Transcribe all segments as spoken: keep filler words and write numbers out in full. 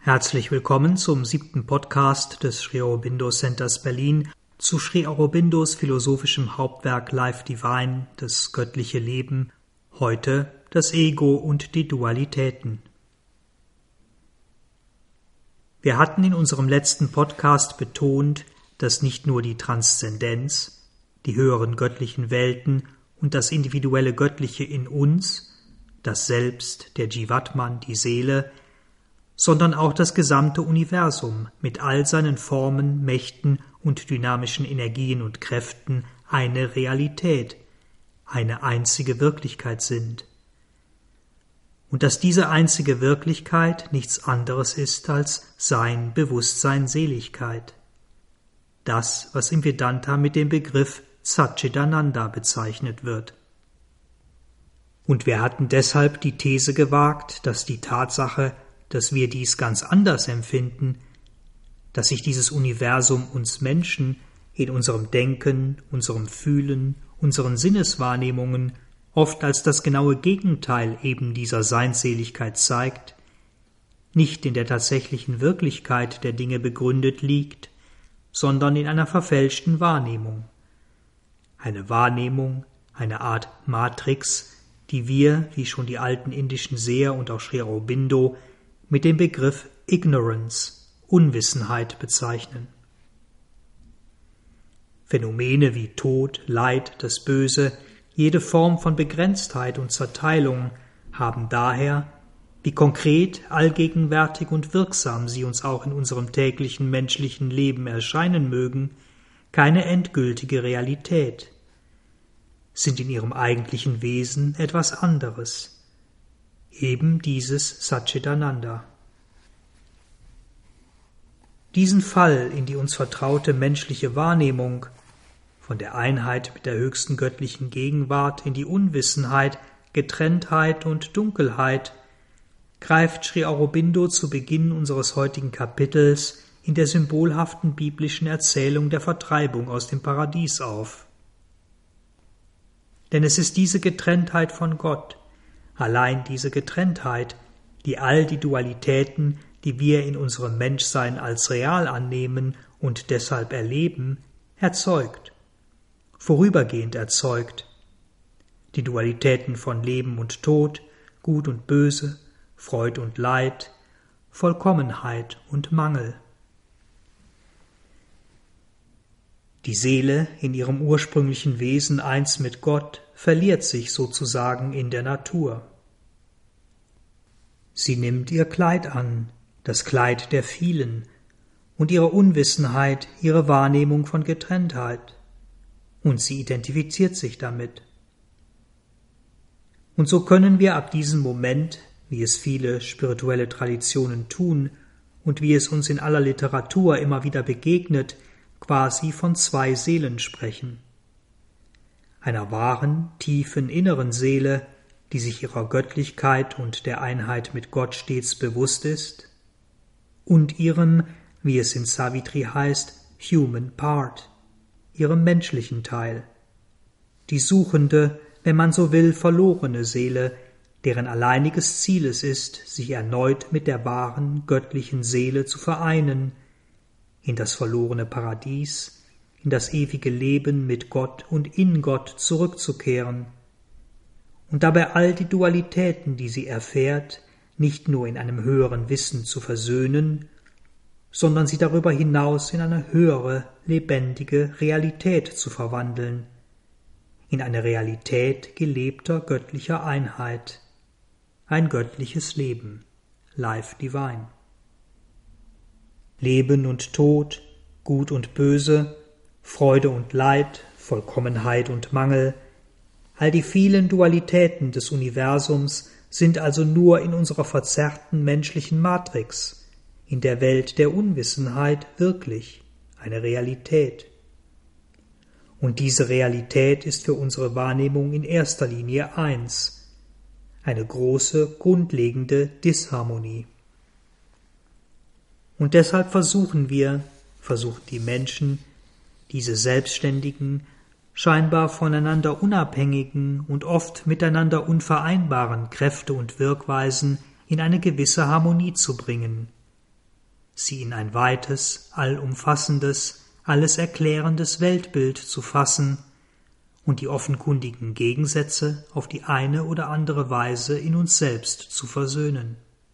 Herzlich willkommen zum siebten Podcast des Sri Aurobindo Centers Berlin zu Sri Aurobindos philosophischem Hauptwerk Life Divine, das göttliche Leben, heute das Ego und die Dualitäten. Wir hatten in unserem letzten Podcast betont, dass nicht nur die Transzendenz, die höheren göttlichen Welten und das individuelle Göttliche in uns, das Selbst, der Jivatman, die Seele, sondern auch das gesamte Universum mit all seinen Formen, Mächten und dynamischen Energien und Kräften eine Realität, eine einzige Wirklichkeit sind. Und dass diese einzige Wirklichkeit nichts anderes ist als Sein, Bewusstsein, Seligkeit. Das, was im Vedanta mit dem Begriff Satchidananda bezeichnet wird. Und wir hatten deshalb die These gewagt, dass die Tatsache, dass wir dies ganz anders empfinden, dass sich dieses Universum uns Menschen in unserem Denken, unserem Fühlen, unseren Sinneswahrnehmungen oft als das genaue Gegenteil eben dieser Seinsseligkeit zeigt, nicht in der tatsächlichen Wirklichkeit der Dinge begründet liegt, sondern in einer verfälschten Wahrnehmung. Eine Wahrnehmung, eine Art Matrix, die wir, wie schon die alten indischen Seher und auch Sri Aurobindo, mit dem Begriff Ignorance, Unwissenheit bezeichnen. Phänomene wie Tod, Leid, das Böse, jede Form von Begrenztheit und Zerteilung haben daher, wie konkret, allgegenwärtig und wirksam sie uns auch in unserem täglichen menschlichen Leben erscheinen mögen, keine endgültige Realität, sind in ihrem eigentlichen Wesen etwas anderes. Eben dieses Satchidananda. Diesen Fall in die uns vertraute menschliche Wahrnehmung, von der Einheit mit der höchsten göttlichen Gegenwart in die Unwissenheit, Getrenntheit und Dunkelheit, greift Sri Aurobindo zu Beginn unseres heutigen Kapitels in der symbolhaften biblischen Erzählung der Vertreibung aus dem Paradies auf. Denn es ist diese Getrenntheit von Gott, allein diese Getrenntheit, die all die Dualitäten, die wir in unserem Menschsein als real annehmen und deshalb erleben, erzeugt, vorübergehend erzeugt, die Dualitäten von Leben und Tod, Gut und Böse, Freud und Leid, Vollkommenheit und Mangel. Die Seele, in ihrem ursprünglichen Wesen eins mit Gott, verliert sich sozusagen in der Natur. Sie nimmt ihr Kleid an, das Kleid der vielen, und ihre Unwissenheit, ihre Wahrnehmung von Getrenntheit, und sie identifiziert sich damit. Und so können wir ab diesem Moment, wie es viele spirituelle Traditionen tun und wie es uns in aller Literatur immer wieder begegnet, quasi von zwei Seelen sprechen. Einer wahren, tiefen inneren Seele, die sich ihrer Göttlichkeit und der Einheit mit Gott stets bewusst ist, und ihrem, wie es in Savitri heißt, Human Part, ihrem menschlichen Teil, die suchende, wenn man so will, verlorene Seele, deren alleiniges Ziel es ist, sich erneut mit der wahren, göttlichen Seele zu vereinen, in das verlorene Paradies, in das ewige Leben mit Gott und in Gott zurückzukehren, und dabei all die Dualitäten, die sie erfährt, nicht nur in einem höheren Wissen zu versöhnen, sondern sie darüber hinaus in eine höhere, lebendige Realität zu verwandeln, in eine Realität gelebter göttlicher Einheit, ein göttliches Leben, Life Divine. Leben und Tod, Gut und Böse, Freude und Leid, Vollkommenheit und Mangel, all die vielen Dualitäten des Universums sind also nur in unserer verzerrten menschlichen Matrix, in der Welt der Unwissenheit wirklich eine Realität. Und diese Realität ist für unsere Wahrnehmung in erster Linie eins, eine große, grundlegende Disharmonie. Und deshalb versuchen wir, versuchen die Menschen, diese selbstständigen, scheinbar voneinander unabhängigen und oft miteinander unvereinbaren Kräfte und Wirkweisen in eine gewisse Harmonie zu bringen, sie in ein weites, allumfassendes, alles erklärendes Weltbild zu fassen und die offenkundigen Gegensätze auf die eine oder andere Weise in uns selbst zu versöhnen.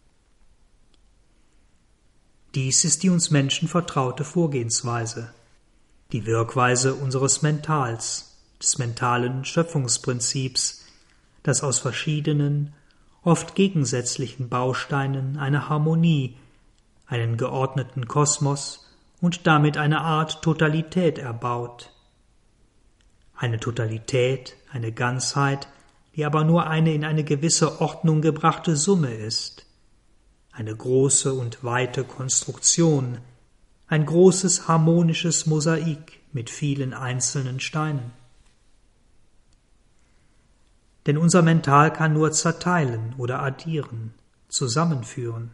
Dies ist die uns Menschen vertraute Vorgehensweise, die Wirkweise unseres Mentals, des mentalen Schöpfungsprinzips, das aus verschiedenen, oft gegensätzlichen Bausteinen eine Harmonie, einen geordneten Kosmos und damit eine Art Totalität erbaut. Eine Totalität, eine Ganzheit, die aber nur eine in eine gewisse Ordnung gebrachte Summe ist, eine große und weite Konstruktion, ein großes harmonisches Mosaik mit vielen einzelnen Steinen. Denn unser Mental kann nur zerteilen oder addieren, zusammenführen.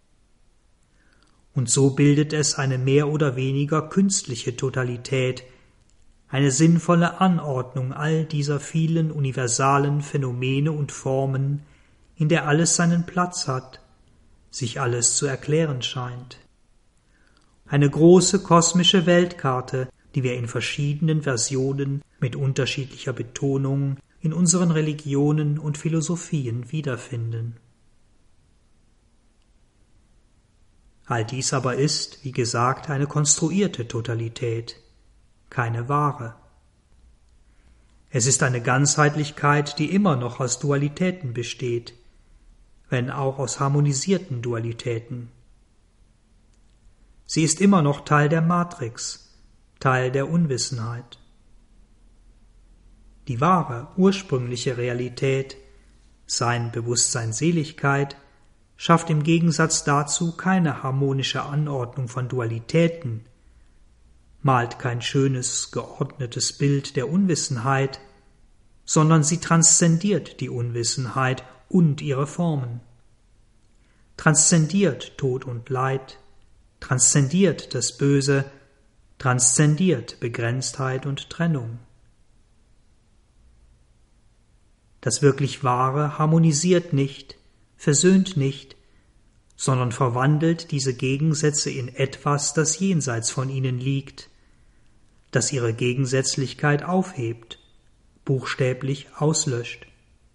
Und so bildet es eine mehr oder weniger künstliche Totalität, eine sinnvolle Anordnung all dieser vielen universalen Phänomene und Formen, in der alles seinen Platz hat, sich alles zu erklären scheint. Eine große kosmische Weltkarte, die wir in verschiedenen Versionen mit unterschiedlicher Betonung in unseren Religionen und Philosophien wiederfinden. All dies aber ist, wie gesagt, eine konstruierte Totalität, keine wahre. Es ist eine Ganzheitlichkeit, die immer noch aus Dualitäten besteht, wenn auch aus harmonisierten Dualitäten. Sie ist immer noch Teil der Matrix, Teil der Unwissenheit. Die wahre, ursprüngliche Realität, sein Bewusstsein Seligkeit, schafft im Gegensatz dazu keine harmonische Anordnung von Dualitäten, malt kein schönes, geordnetes Bild der Unwissenheit, sondern sie transzendiert die Unwissenheit und ihre Formen, transzendiert Tod und Leid, transzendiert das Böse, transzendiert Begrenztheit und Trennung. Das wirklich Wahre harmonisiert nicht, versöhnt nicht, sondern verwandelt diese Gegensätze in etwas, das jenseits von ihnen liegt, das ihre Gegensätzlichkeit aufhebt, buchstäblich auslöscht.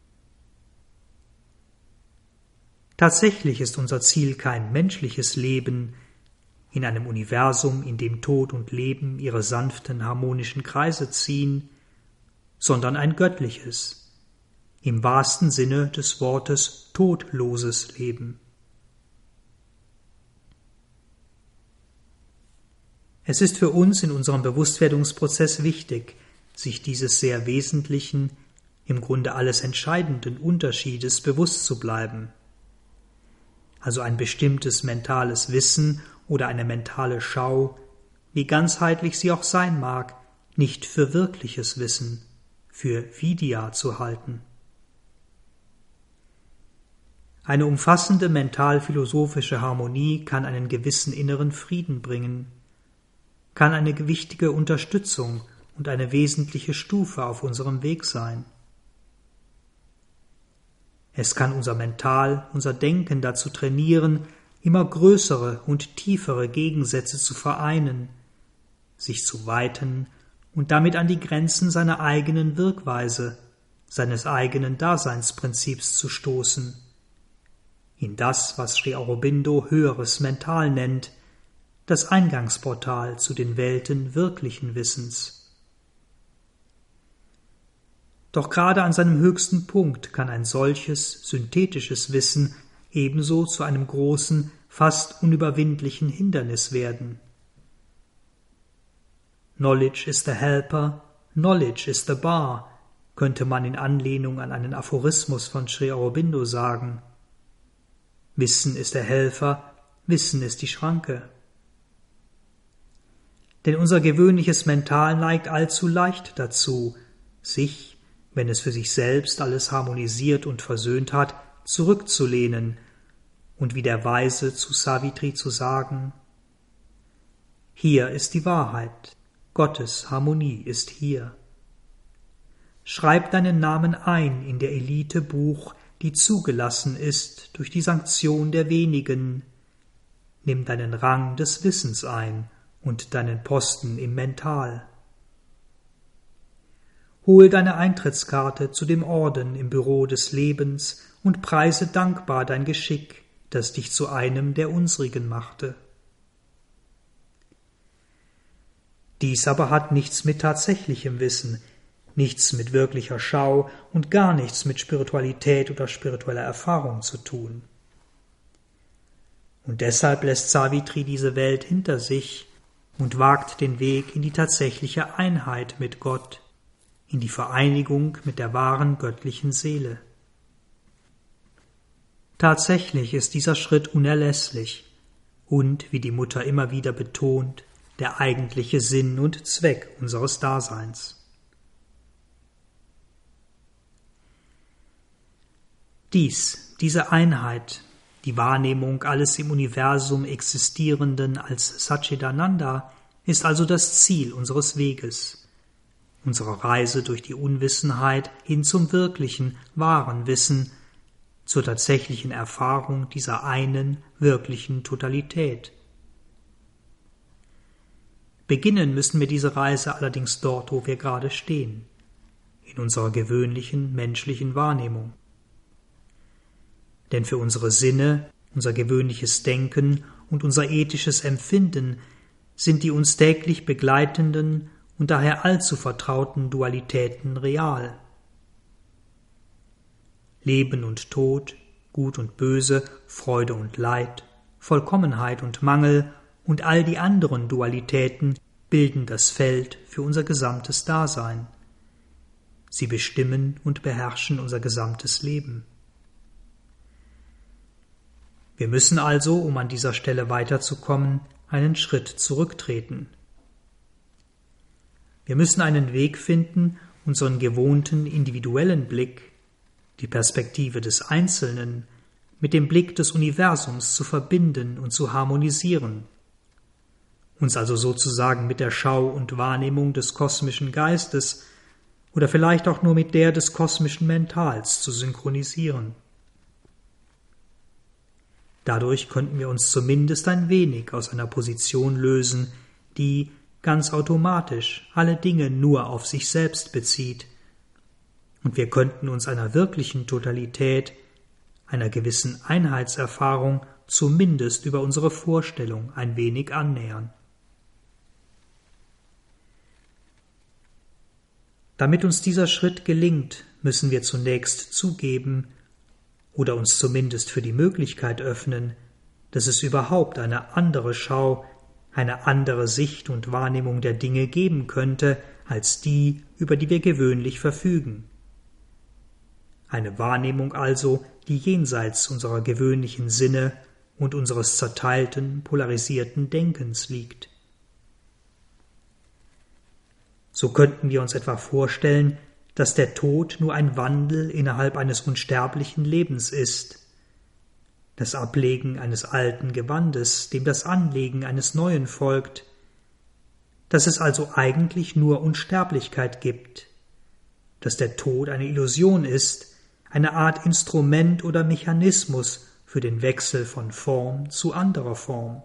Tatsächlich ist unser Ziel kein menschliches Leben in einem Universum, in dem Tod und Leben ihre sanften, harmonischen Kreise ziehen, sondern ein göttliches, im wahrsten Sinne des Wortes todloses Leben. Es ist für uns in unserem Bewusstwerdungsprozess wichtig, sich dieses sehr wesentlichen, im Grunde alles entscheidenden Unterschiedes bewusst zu bleiben. Also ein bestimmtes mentales Wissen oder eine mentale Schau, wie ganzheitlich sie auch sein mag, nicht für wirkliches Wissen, für Vidya zu halten. Eine umfassende mental-philosophische Harmonie kann einen gewissen inneren Frieden bringen, kann eine gewichtige Unterstützung und eine wesentliche Stufe auf unserem Weg sein. Es kann unser Mental, unser Denken dazu trainieren, immer größere und tiefere Gegensätze zu vereinen, sich zu weiten und damit an die Grenzen seiner eigenen Wirkweise, seines eigenen Daseinsprinzips zu stoßen, in das, was Sri Aurobindo höheres Mental nennt, das Eingangsportal zu den Welten wirklichen Wissens. Doch gerade an seinem höchsten Punkt kann ein solches synthetisches Wissen ebenso zu einem großen, fast unüberwindlichen Hindernis werden. Knowledge is the helper, knowledge is the bar, könnte man in Anlehnung an einen Aphorismus von Sri Aurobindo sagen. Wissen ist der Helfer, Wissen ist die Schranke. Denn unser gewöhnliches Mental neigt allzu leicht dazu, sich, wenn es für sich selbst alles harmonisiert und versöhnt hat, zurückzulehnen und wie der Weise zu Savitri zu sagen: Hier ist die Wahrheit, Gottes Harmonie ist hier. Schreib deinen Namen ein in der Elite-Buch, die zugelassen ist durch die Sanktion der wenigen, nimm deinen Rang des Wissens ein und deinen Posten im Mental. Hol deine Eintrittskarte zu dem Orden im Büro des Lebens und preise dankbar dein Geschick, das dich zu einem der unsrigen machte. Dies aber hat nichts mit tatsächlichem Wissen, nichts mit wirklicher Schau und gar nichts mit Spiritualität oder spiritueller Erfahrung zu tun. Und deshalb lässt Savitri diese Welt hinter sich und wagt den Weg in die tatsächliche Einheit mit Gott, in die Vereinigung mit der wahren göttlichen Seele. Tatsächlich ist dieser Schritt unerlässlich und, wie die Mutter immer wieder betont, der eigentliche Sinn und Zweck unseres Daseins. Dies, diese Einheit, die Wahrnehmung alles im Universum Existierenden als Satchidananda, ist also das Ziel unseres Weges, unserer Reise durch die Unwissenheit hin zum wirklichen, wahren Wissen, zur tatsächlichen Erfahrung dieser einen, wirklichen Totalität. Beginnen müssen wir diese Reise allerdings dort, wo wir gerade stehen, in unserer gewöhnlichen menschlichen Wahrnehmung. Denn für unsere Sinne, unser gewöhnliches Denken und unser ethisches Empfinden sind die uns täglich begleitenden und daher allzu vertrauten Dualitäten real. Leben und Tod, Gut und Böse, Freude und Leid, Vollkommenheit und Mangel und all die anderen Dualitäten bilden das Feld für unser gesamtes Dasein. Sie bestimmen und beherrschen unser gesamtes Leben. Wir müssen also, um an dieser Stelle weiterzukommen, einen Schritt zurücktreten. Wir müssen einen Weg finden, unseren gewohnten individuellen Blick, die Perspektive des Einzelnen, mit dem Blick des Universums zu verbinden und zu harmonisieren, uns also sozusagen mit der Schau und Wahrnehmung des kosmischen Geistes oder vielleicht auch nur mit der des kosmischen Mentals zu synchronisieren. Dadurch könnten wir uns zumindest ein wenig aus einer Position lösen, die ganz automatisch alle Dinge nur auf sich selbst bezieht, und wir könnten uns einer wirklichen Totalität, einer gewissen Einheitserfahrung zumindest über unsere Vorstellung ein wenig annähern. Damit uns dieser Schritt gelingt, müssen wir zunächst zugeben oder uns zumindest für die Möglichkeit öffnen, dass es überhaupt eine andere Schau, eine andere Sicht und Wahrnehmung der Dinge geben könnte, als die, über die wir gewöhnlich verfügen. Eine Wahrnehmung also, die jenseits unserer gewöhnlichen Sinne und unseres zerteilten, polarisierten Denkens liegt. So könnten wir uns etwa vorstellen, dass der Tod nur ein Wandel innerhalb eines unsterblichen Lebens ist, das Ablegen eines alten Gewandes, dem das Anlegen eines neuen folgt, dass es also eigentlich nur Unsterblichkeit gibt, dass der Tod eine Illusion ist, eine Art Instrument oder Mechanismus für den Wechsel von Form zu anderer Form.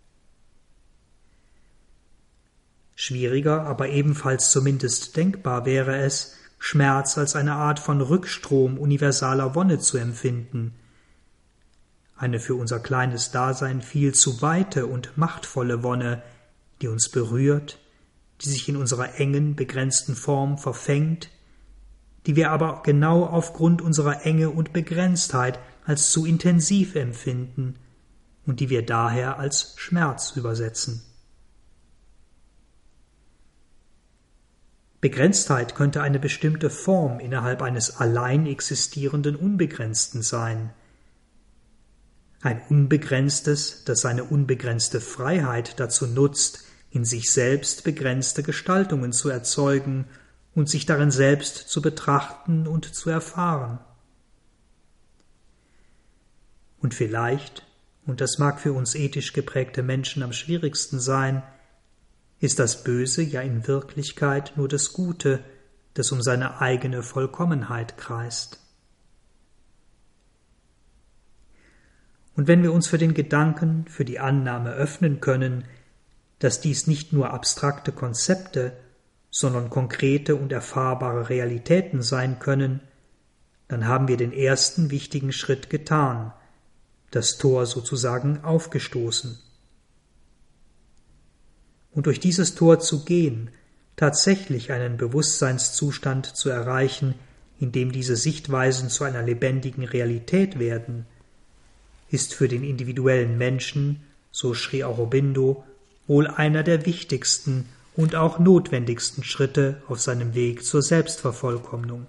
Schwieriger, aber ebenfalls zumindest denkbar wäre es, Schmerz als eine Art von Rückstrom universaler Wonne zu empfinden, eine für unser kleines Dasein viel zu weite und machtvolle Wonne, die uns berührt, die sich in unserer engen, begrenzten Form verfängt, die wir aber genau aufgrund unserer Enge und Begrenztheit als zu intensiv empfinden und die wir daher als Schmerz übersetzen. Begrenztheit könnte eine bestimmte Form innerhalb eines allein existierenden Unbegrenzten sein. Ein Unbegrenztes, das seine unbegrenzte Freiheit dazu nutzt, in sich selbst begrenzte Gestaltungen zu erzeugen und sich darin selbst zu betrachten und zu erfahren. Und vielleicht, und das mag für uns ethisch geprägte Menschen am schwierigsten sein, ist das Böse ja in Wirklichkeit nur das Gute, das um seine eigene Vollkommenheit kreist. Und wenn wir uns für den Gedanken, für die Annahme öffnen können, dass dies nicht nur abstrakte Konzepte, sondern konkrete und erfahrbare Realitäten sein können, dann haben wir den ersten wichtigen Schritt getan, das Tor sozusagen aufgestoßen. Und durch dieses Tor zu gehen, tatsächlich einen Bewusstseinszustand zu erreichen, in dem diese Sichtweisen zu einer lebendigen Realität werden, ist für den individuellen Menschen, so Sri Aurobindo, wohl einer der wichtigsten und auch notwendigsten Schritte auf seinem Weg zur Selbstvervollkommnung.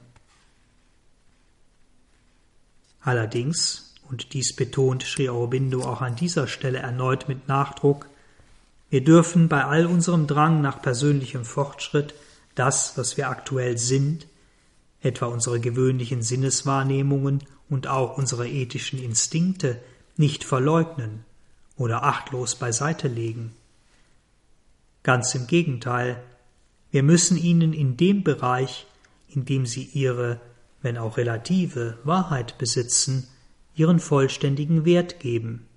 Allerdings, und dies betont Sri Aurobindo auch an dieser Stelle erneut mit Nachdruck, wir dürfen bei all unserem Drang nach persönlichem Fortschritt das, was wir aktuell sind, etwa unsere gewöhnlichen Sinneswahrnehmungen und auch unsere ethischen Instinkte, nicht verleugnen oder achtlos beiseite legen. Ganz im Gegenteil, wir müssen ihnen in dem Bereich, in dem sie ihre, wenn auch relative, Wahrheit besitzen, ihren vollständigen Wert geben.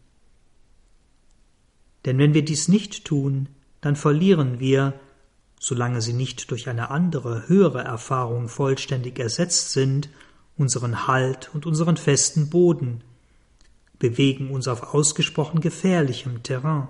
Denn wenn wir dies nicht tun, dann verlieren wir, solange sie nicht durch eine andere, höhere Erfahrung vollständig ersetzt sind, unseren Halt und unseren festen Boden, bewegen uns auf ausgesprochen gefährlichem Terrain.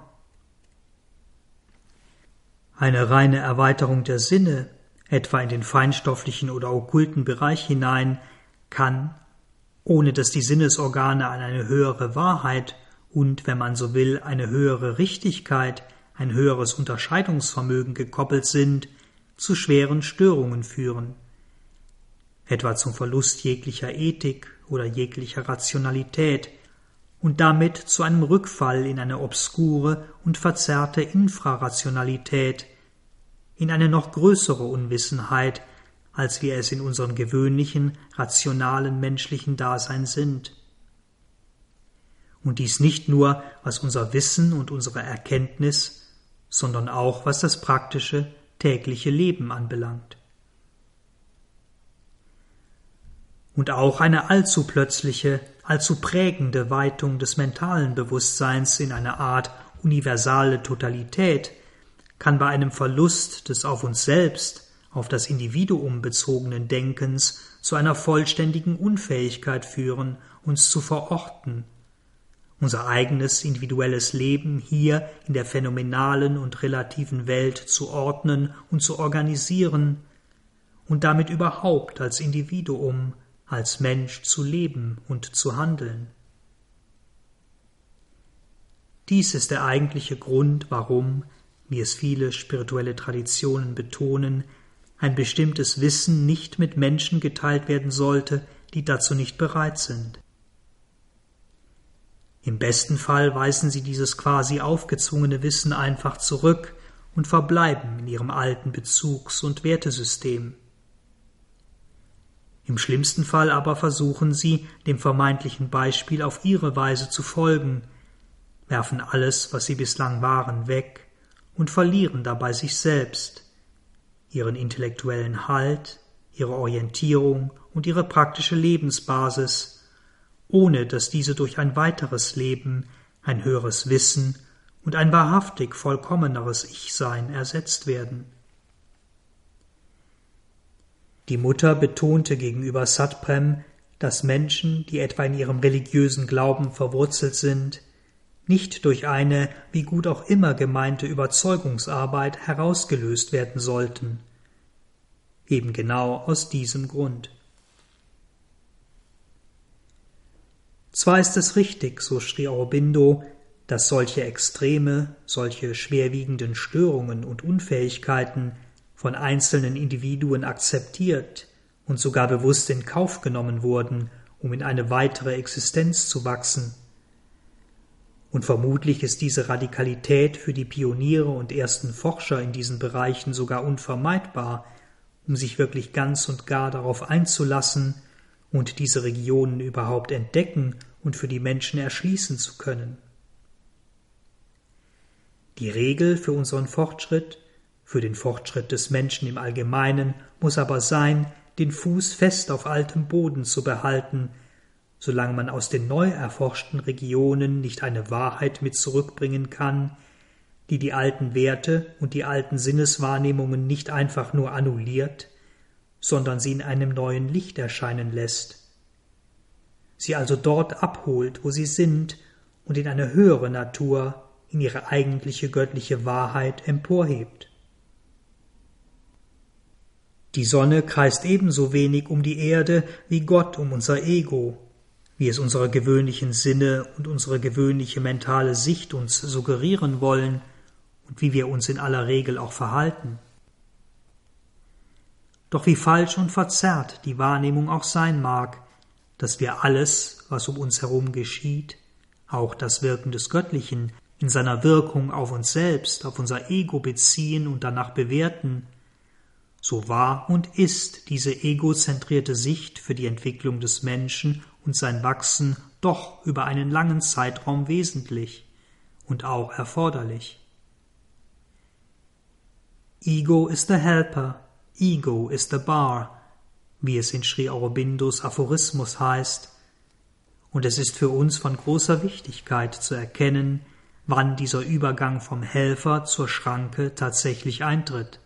Eine reine Erweiterung der Sinne, etwa in den feinstofflichen oder okkulten Bereich hinein, kann, ohne dass die Sinnesorgane an eine höhere Wahrheit und, wenn man so will, eine höhere Richtigkeit, ein höheres Unterscheidungsvermögen gekoppelt sind, zu schweren Störungen führen, etwa zum Verlust jeglicher Ethik oder jeglicher Rationalität und damit zu einem Rückfall in eine obskure und verzerrte Infrarationalität, in eine noch größere Unwissenheit, als wir es in unserem gewöhnlichen, rationalen menschlichen Dasein sind. Und dies nicht nur, was unser Wissen und unsere Erkenntnis, sondern auch, was das praktische, tägliche Leben anbelangt. Und auch eine allzu plötzliche, allzu prägende Weitung des mentalen Bewusstseins in eine Art universale Totalität kann bei einem Verlust des auf uns selbst, auf das Individuum bezogenen Denkens zu einer vollständigen Unfähigkeit führen, uns zu verorten, unser eigenes individuelles Leben hier in der phänomenalen und relativen Welt zu ordnen und zu organisieren und damit überhaupt als Individuum, als Mensch zu leben und zu handeln. Dies ist der eigentliche Grund, warum, wie es viele spirituelle Traditionen betonen, ein bestimmtes Wissen nicht mit Menschen geteilt werden sollte, die dazu nicht bereit sind. Im besten Fall weisen sie dieses quasi aufgezwungene Wissen einfach zurück und verbleiben in ihrem alten Bezugs- und Wertesystem. Im schlimmsten Fall aber versuchen sie, dem vermeintlichen Beispiel auf ihre Weise zu folgen, werfen alles, was sie bislang waren, weg und verlieren dabei sich selbst, ihren intellektuellen Halt, ihre Orientierung und ihre praktische Lebensbasis, ohne dass diese durch ein weiteres Leben, ein höheres Wissen und ein wahrhaftig vollkommeneres Ich-Sein ersetzt werden. Die Mutter betonte gegenüber Satprem, dass Menschen, die etwa in ihrem religiösen Glauben verwurzelt sind, nicht durch eine, wie gut auch immer gemeinte Überzeugungsarbeit herausgelöst werden sollten. Eben genau aus diesem Grund. Zwar ist es richtig, so Sri Aurobindo, dass solche Extreme, solche schwerwiegenden Störungen und Unfähigkeiten von einzelnen Individuen akzeptiert und sogar bewusst in Kauf genommen wurden, um in eine weitere Existenz zu wachsen. Und vermutlich ist diese Radikalität für die Pioniere und ersten Forscher in diesen Bereichen sogar unvermeidbar, um sich wirklich ganz und gar darauf einzulassen und diese Regionen überhaupt entdecken und für die Menschen erschließen zu können. Die Regel für unseren Fortschritt, für den Fortschritt des Menschen im Allgemeinen, muss aber sein, den Fuß fest auf altem Boden zu behalten solange man aus den neu erforschten Regionen nicht eine Wahrheit mit zurückbringen kann, die die alten Werte und die alten Sinneswahrnehmungen nicht einfach nur annulliert, sondern sie in einem neuen Licht erscheinen lässt. Sie also dort abholt, wo sie sind, und in eine höhere Natur, in ihre eigentliche göttliche Wahrheit emporhebt. Die Sonne kreist ebenso wenig um die Erde wie Gott um unser Ego, wie es unsere gewöhnlichen Sinne und unsere gewöhnliche mentale Sicht uns suggerieren wollen und wie wir uns in aller Regel auch verhalten. Doch wie falsch und verzerrt die Wahrnehmung auch sein mag, dass wir alles, was um uns herum geschieht, auch das Wirken des Göttlichen, in seiner Wirkung auf uns selbst, auf unser Ego beziehen und danach bewerten, so war und ist diese egozentrierte Sicht für die Entwicklung des Menschen und sein Wachsen doch über einen langen Zeitraum wesentlich und auch erforderlich. Ego is the helper, ego is the bar, wie es in Sri Aurobindos Aphorismus heißt, und es ist für uns von großer Wichtigkeit zu erkennen, wann dieser Übergang vom Helfer zur Schranke tatsächlich eintritt.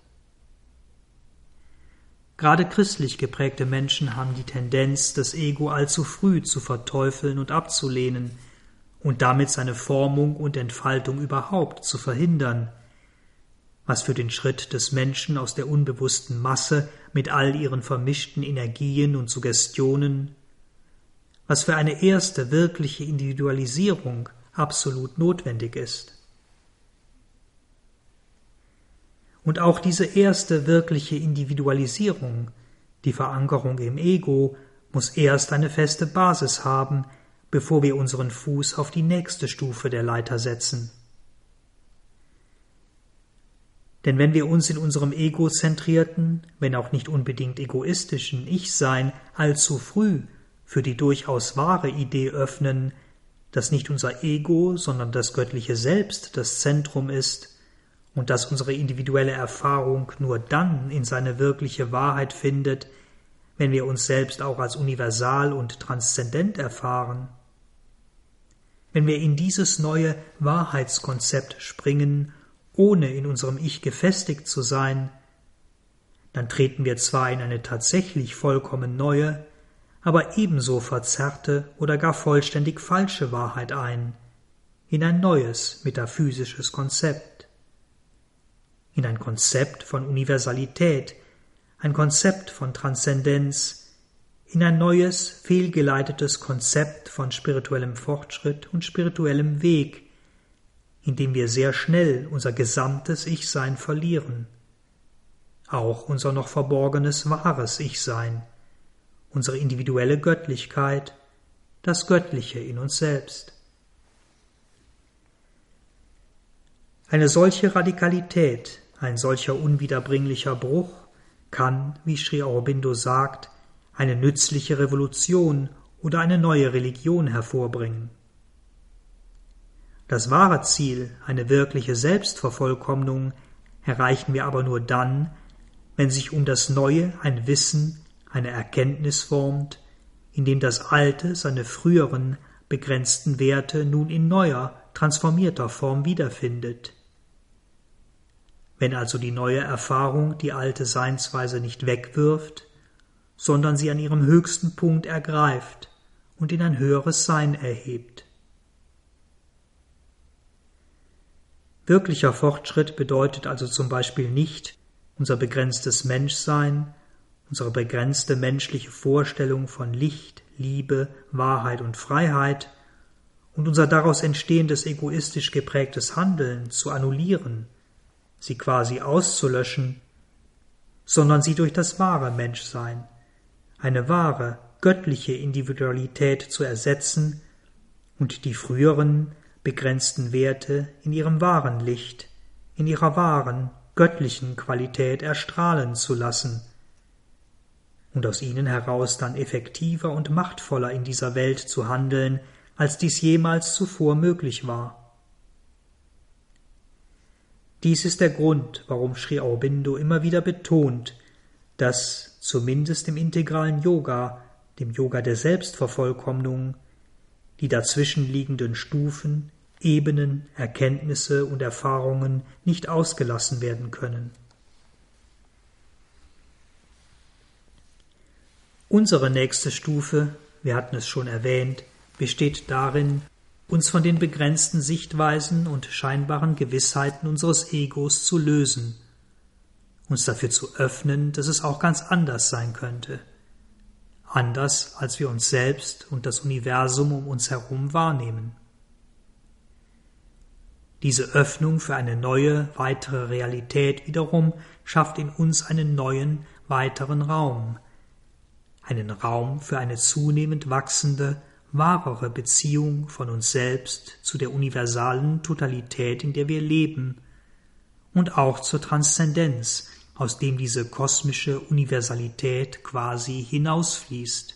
Gerade christlich geprägte Menschen haben die Tendenz, das Ego allzu früh zu verteufeln und abzulehnen und damit seine Formung und Entfaltung überhaupt zu verhindern, was für den Schritt des Menschen aus der unbewussten Masse mit all ihren vermischten Energien und Suggestionen, was für eine erste wirkliche Individualisierung absolut notwendig ist. Und auch diese erste wirkliche Individualisierung, die Verankerung im Ego, muss erst eine feste Basis haben, bevor wir unseren Fuß auf die nächste Stufe der Leiter setzen. Denn wenn wir uns in unserem egozentrierten, wenn auch nicht unbedingt egoistischen Ich-Sein allzu früh für die durchaus wahre Idee öffnen, dass nicht unser Ego, sondern das göttliche Selbst das Zentrum ist und dass unsere individuelle Erfahrung nur dann in seine wirkliche Wahrheit findet, wenn wir uns selbst auch als universal und transzendent erfahren. Wenn wir in dieses neue Wahrheitskonzept springen, ohne in unserem Ich gefestigt zu sein, dann treten wir zwar in eine tatsächlich vollkommen neue, aber ebenso verzerrte oder gar vollständig falsche Wahrheit ein, in ein neues metaphysisches Konzept. In ein Konzept von Universalität, ein Konzept von Transzendenz, in ein neues, fehlgeleitetes Konzept von spirituellem Fortschritt und spirituellem Weg, in dem wir sehr schnell unser gesamtes Ich-Sein verlieren, auch unser noch verborgenes wahres Ich-Sein, unsere individuelle Göttlichkeit, das Göttliche in uns selbst. Eine solche Radikalität, ein solcher unwiederbringlicher Bruch kann, wie Sri Aurobindo sagt, eine nützliche Revolution oder eine neue Religion hervorbringen. Das wahre Ziel, eine wirkliche Selbstvervollkommnung, erreichen wir aber nur dann, wenn sich um das Neue ein Wissen, eine Erkenntnis formt, in dem das Alte seine früheren, begrenzten Werte nun in neuer, transformierter Form wiederfindet. Wenn also die neue Erfahrung die alte Seinsweise nicht wegwirft, sondern sie an ihrem höchsten Punkt ergreift und in ein höheres Sein erhebt. Wirklicher Fortschritt bedeutet also zum Beispiel nicht unser begrenztes Menschsein, unsere begrenzte menschliche Vorstellung von Licht, Liebe, Wahrheit und Freiheit und unser daraus entstehendes egoistisch geprägtes Handeln zu annullieren, sie quasi auszulöschen, sondern sie durch das wahre Menschsein, eine wahre, göttliche Individualität zu ersetzen und die früheren, begrenzten Werte in ihrem wahren Licht, in ihrer wahren, göttlichen Qualität erstrahlen zu lassen und aus ihnen heraus dann effektiver und machtvoller in dieser Welt zu handeln, als dies jemals zuvor möglich war. Dies ist der Grund, warum Sri Aurobindo immer wieder betont, dass, zumindest im integralen Yoga, dem Yoga der Selbstvervollkommnung, die dazwischenliegenden Stufen, Ebenen, Erkenntnisse und Erfahrungen nicht ausgelassen werden können. Unsere nächste Stufe, wir hatten es schon erwähnt, besteht darin, uns von den begrenzten Sichtweisen und scheinbaren Gewissheiten unseres Egos zu lösen, uns dafür zu öffnen, dass es auch ganz anders sein könnte, anders als wir uns selbst und das Universum um uns herum wahrnehmen. Diese Öffnung für eine neue, weitere Realität wiederum schafft in uns einen neuen, weiteren Raum, einen Raum für eine zunehmend wachsende, wahrere Beziehung von uns selbst zu der universalen Totalität, in der wir leben, und auch zur Transzendenz, aus dem diese kosmische Universalität quasi hinausfließt.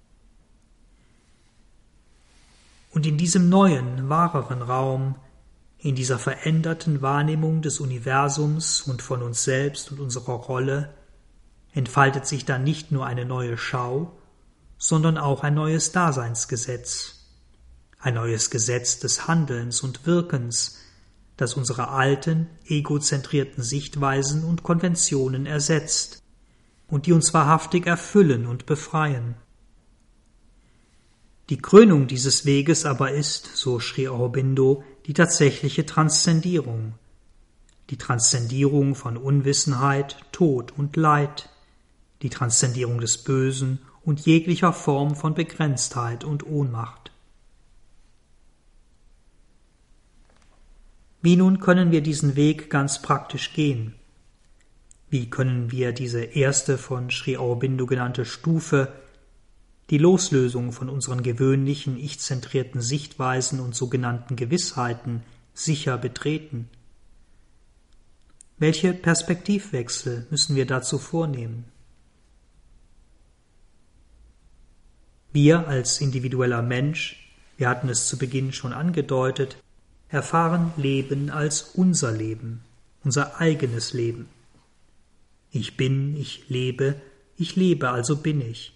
Und in diesem neuen, wahreren Raum, in dieser veränderten Wahrnehmung des Universums und von uns selbst und unserer Rolle, entfaltet sich dann nicht nur eine neue Schau, sondern auch ein neues Daseinsgesetz, ein neues Gesetz des Handelns und Wirkens, das unsere alten, egozentrierten Sichtweisen und Konventionen ersetzt und die uns wahrhaftig erfüllen und befreien. Die Krönung dieses Weges aber ist, so Sri Aurobindo, die tatsächliche Transzendierung, die Transzendierung von Unwissenheit, Tod und Leid, die Transzendierung des Bösen und jeglicher Form von Begrenztheit und Ohnmacht. Wie nun können wir diesen Weg ganz praktisch gehen? Wie können wir diese erste von Sri Aurobindo genannte Stufe, die Loslösung von unseren gewöhnlichen, ich-zentrierten Sichtweisen und sogenannten Gewissheiten, sicher betreten? Welche Perspektivwechsel müssen wir dazu vornehmen? Wir als individueller Mensch, wir hatten es zu Beginn schon angedeutet, erfahren Leben als unser Leben, unser eigenes Leben. Ich bin, ich lebe, ich lebe, also bin ich.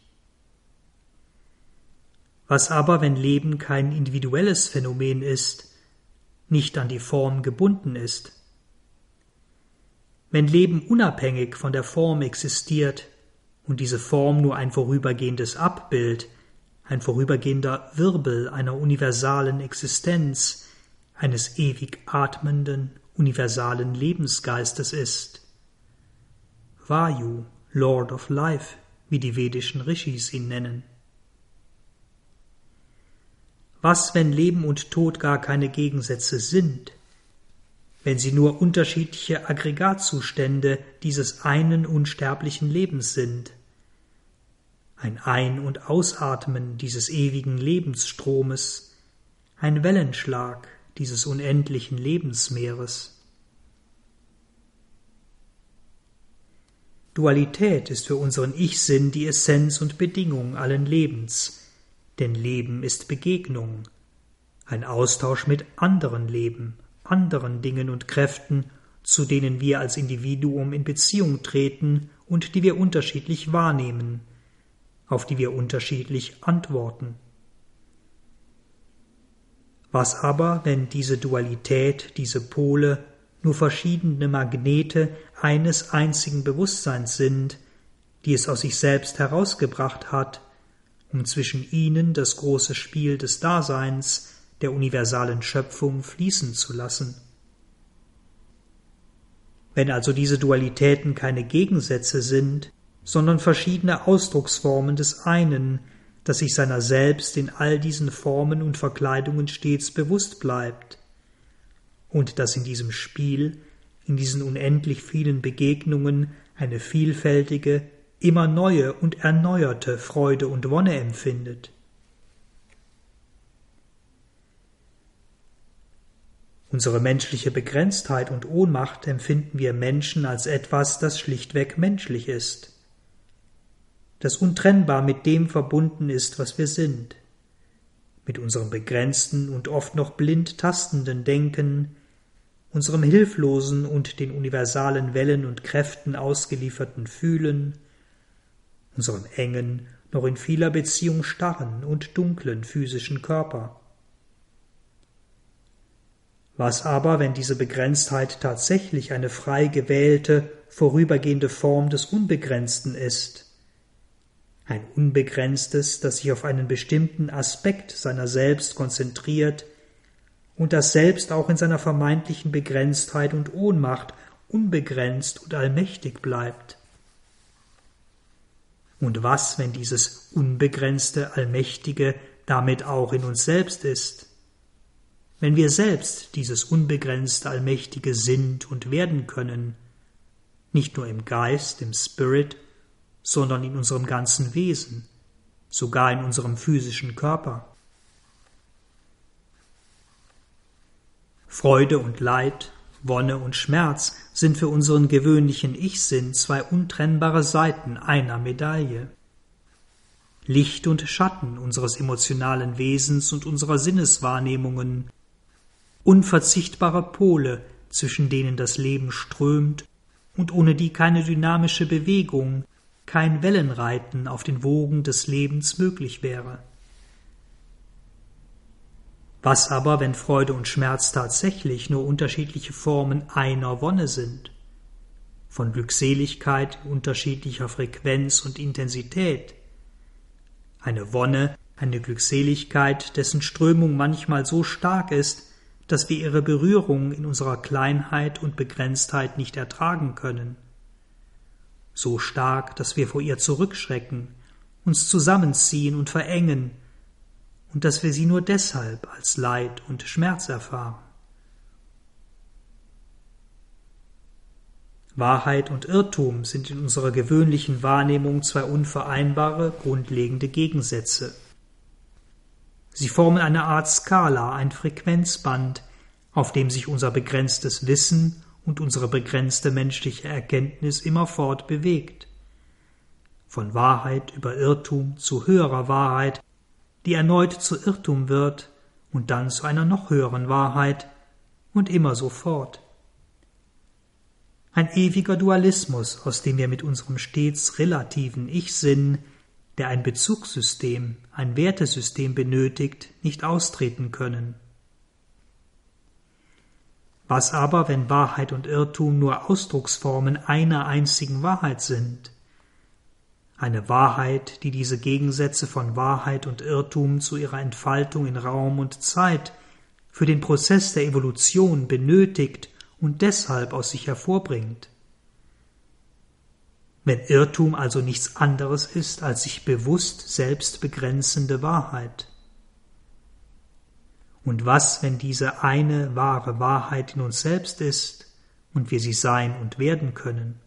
Was aber, wenn Leben kein individuelles Phänomen ist, nicht an die Form gebunden ist? Wenn Leben unabhängig von der Form existiert und diese Form nur ein vorübergehendes Abbild, ein vorübergehender Wirbel einer universalen Existenz, eines ewig atmenden, universalen Lebensgeistes ist. Vayu, Lord of Life, wie die vedischen Rishis ihn nennen. Was, wenn Leben und Tod gar keine Gegensätze sind, wenn sie nur unterschiedliche Aggregatzustände dieses einen unsterblichen Lebens sind? Ein Ein- und Ausatmen dieses ewigen Lebensstromes, ein Wellenschlag dieses unendlichen Lebensmeeres. Dualität ist für unseren Ich-Sinn die Essenz und Bedingung allen Lebens, denn Leben ist Begegnung, ein Austausch mit anderen Leben, anderen Dingen und Kräften, zu denen wir als Individuum in Beziehung treten und die wir unterschiedlich wahrnehmen, auf die wir unterschiedlich antworten. Was aber, wenn diese Dualität, diese Pole, nur verschiedene Magnete eines einzigen Bewusstseins sind, die es aus sich selbst herausgebracht hat, um zwischen ihnen das große Spiel des Daseins, der universalen Schöpfung fließen zu lassen? Wenn also diese Dualitäten keine Gegensätze sind, sondern verschiedene Ausdrucksformen des einen, das sich seiner selbst in all diesen Formen und Verkleidungen stets bewusst bleibt, und dass in diesem Spiel, in diesen unendlich vielen Begegnungen eine vielfältige, immer neue und erneuerte Freude und Wonne empfindet. Unsere menschliche Begrenztheit und Ohnmacht empfinden wir Menschen als etwas, das schlichtweg menschlich ist, das untrennbar mit dem verbunden ist, was wir sind, mit unserem begrenzten und oft noch blind tastenden Denken, unserem hilflosen und den universalen Wellen und Kräften ausgelieferten Fühlen, unserem engen, noch in vieler Beziehung starren und dunklen physischen Körper. Was aber, wenn diese Begrenztheit tatsächlich eine frei gewählte, vorübergehende Form des Unbegrenzten ist? Ein Unbegrenztes, das sich auf einen bestimmten Aspekt seiner selbst konzentriert und das selbst auch in seiner vermeintlichen Begrenztheit und Ohnmacht unbegrenzt und allmächtig bleibt. Und was, wenn dieses unbegrenzte, allmächtige damit auch in uns selbst ist? Wenn wir selbst dieses unbegrenzte, allmächtige sind und werden können, nicht nur im Geist, im Spirit, sondern in unserem ganzen Wesen, sogar in unserem physischen Körper. Freude und Leid, Wonne und Schmerz sind für unseren gewöhnlichen Ich-Sinn zwei untrennbare Seiten einer Medaille. Licht und Schatten unseres emotionalen Wesens und unserer Sinneswahrnehmungen, unverzichtbare Pole, zwischen denen das Leben strömt und ohne die keine dynamische Bewegung, kein Wellenreiten auf den Wogen des Lebens möglich wäre. Was aber, wenn Freude und Schmerz tatsächlich nur unterschiedliche Formen einer Wonne sind? Von Glückseligkeit unterschiedlicher Frequenz und Intensität. Eine Wonne, eine Glückseligkeit, dessen Strömung manchmal so stark ist, dass wir ihre Berührung in unserer Kleinheit und Begrenztheit nicht ertragen können. So stark, dass wir vor ihr zurückschrecken, uns zusammenziehen und verengen, und dass wir sie nur deshalb als Leid und Schmerz erfahren. Wahrheit und Irrtum sind in unserer gewöhnlichen Wahrnehmung zwei unvereinbare, grundlegende Gegensätze. Sie formen eine Art Skala, ein Frequenzband, auf dem sich unser begrenztes Wissen und unsere begrenzte menschliche Erkenntnis immerfort bewegt. Von Wahrheit über Irrtum zu höherer Wahrheit, die erneut zu Irrtum wird und dann zu einer noch höheren Wahrheit und immer so fort. Ein ewiger Dualismus, aus dem wir mit unserem stets relativen Ich-Sinn, der ein Bezugssystem, ein Wertesystem benötigt, nicht austreten können. Was aber, wenn Wahrheit und Irrtum nur Ausdrucksformen einer einzigen Wahrheit sind? Eine Wahrheit, die diese Gegensätze von Wahrheit und Irrtum zu ihrer Entfaltung in Raum und Zeit für den Prozess der Evolution benötigt und deshalb aus sich hervorbringt. Wenn Irrtum also nichts anderes ist als sich bewusst selbst begrenzende Wahrheit. Und was, wenn diese eine wahre Wahrheit in uns selbst ist und wir sie sein und werden können?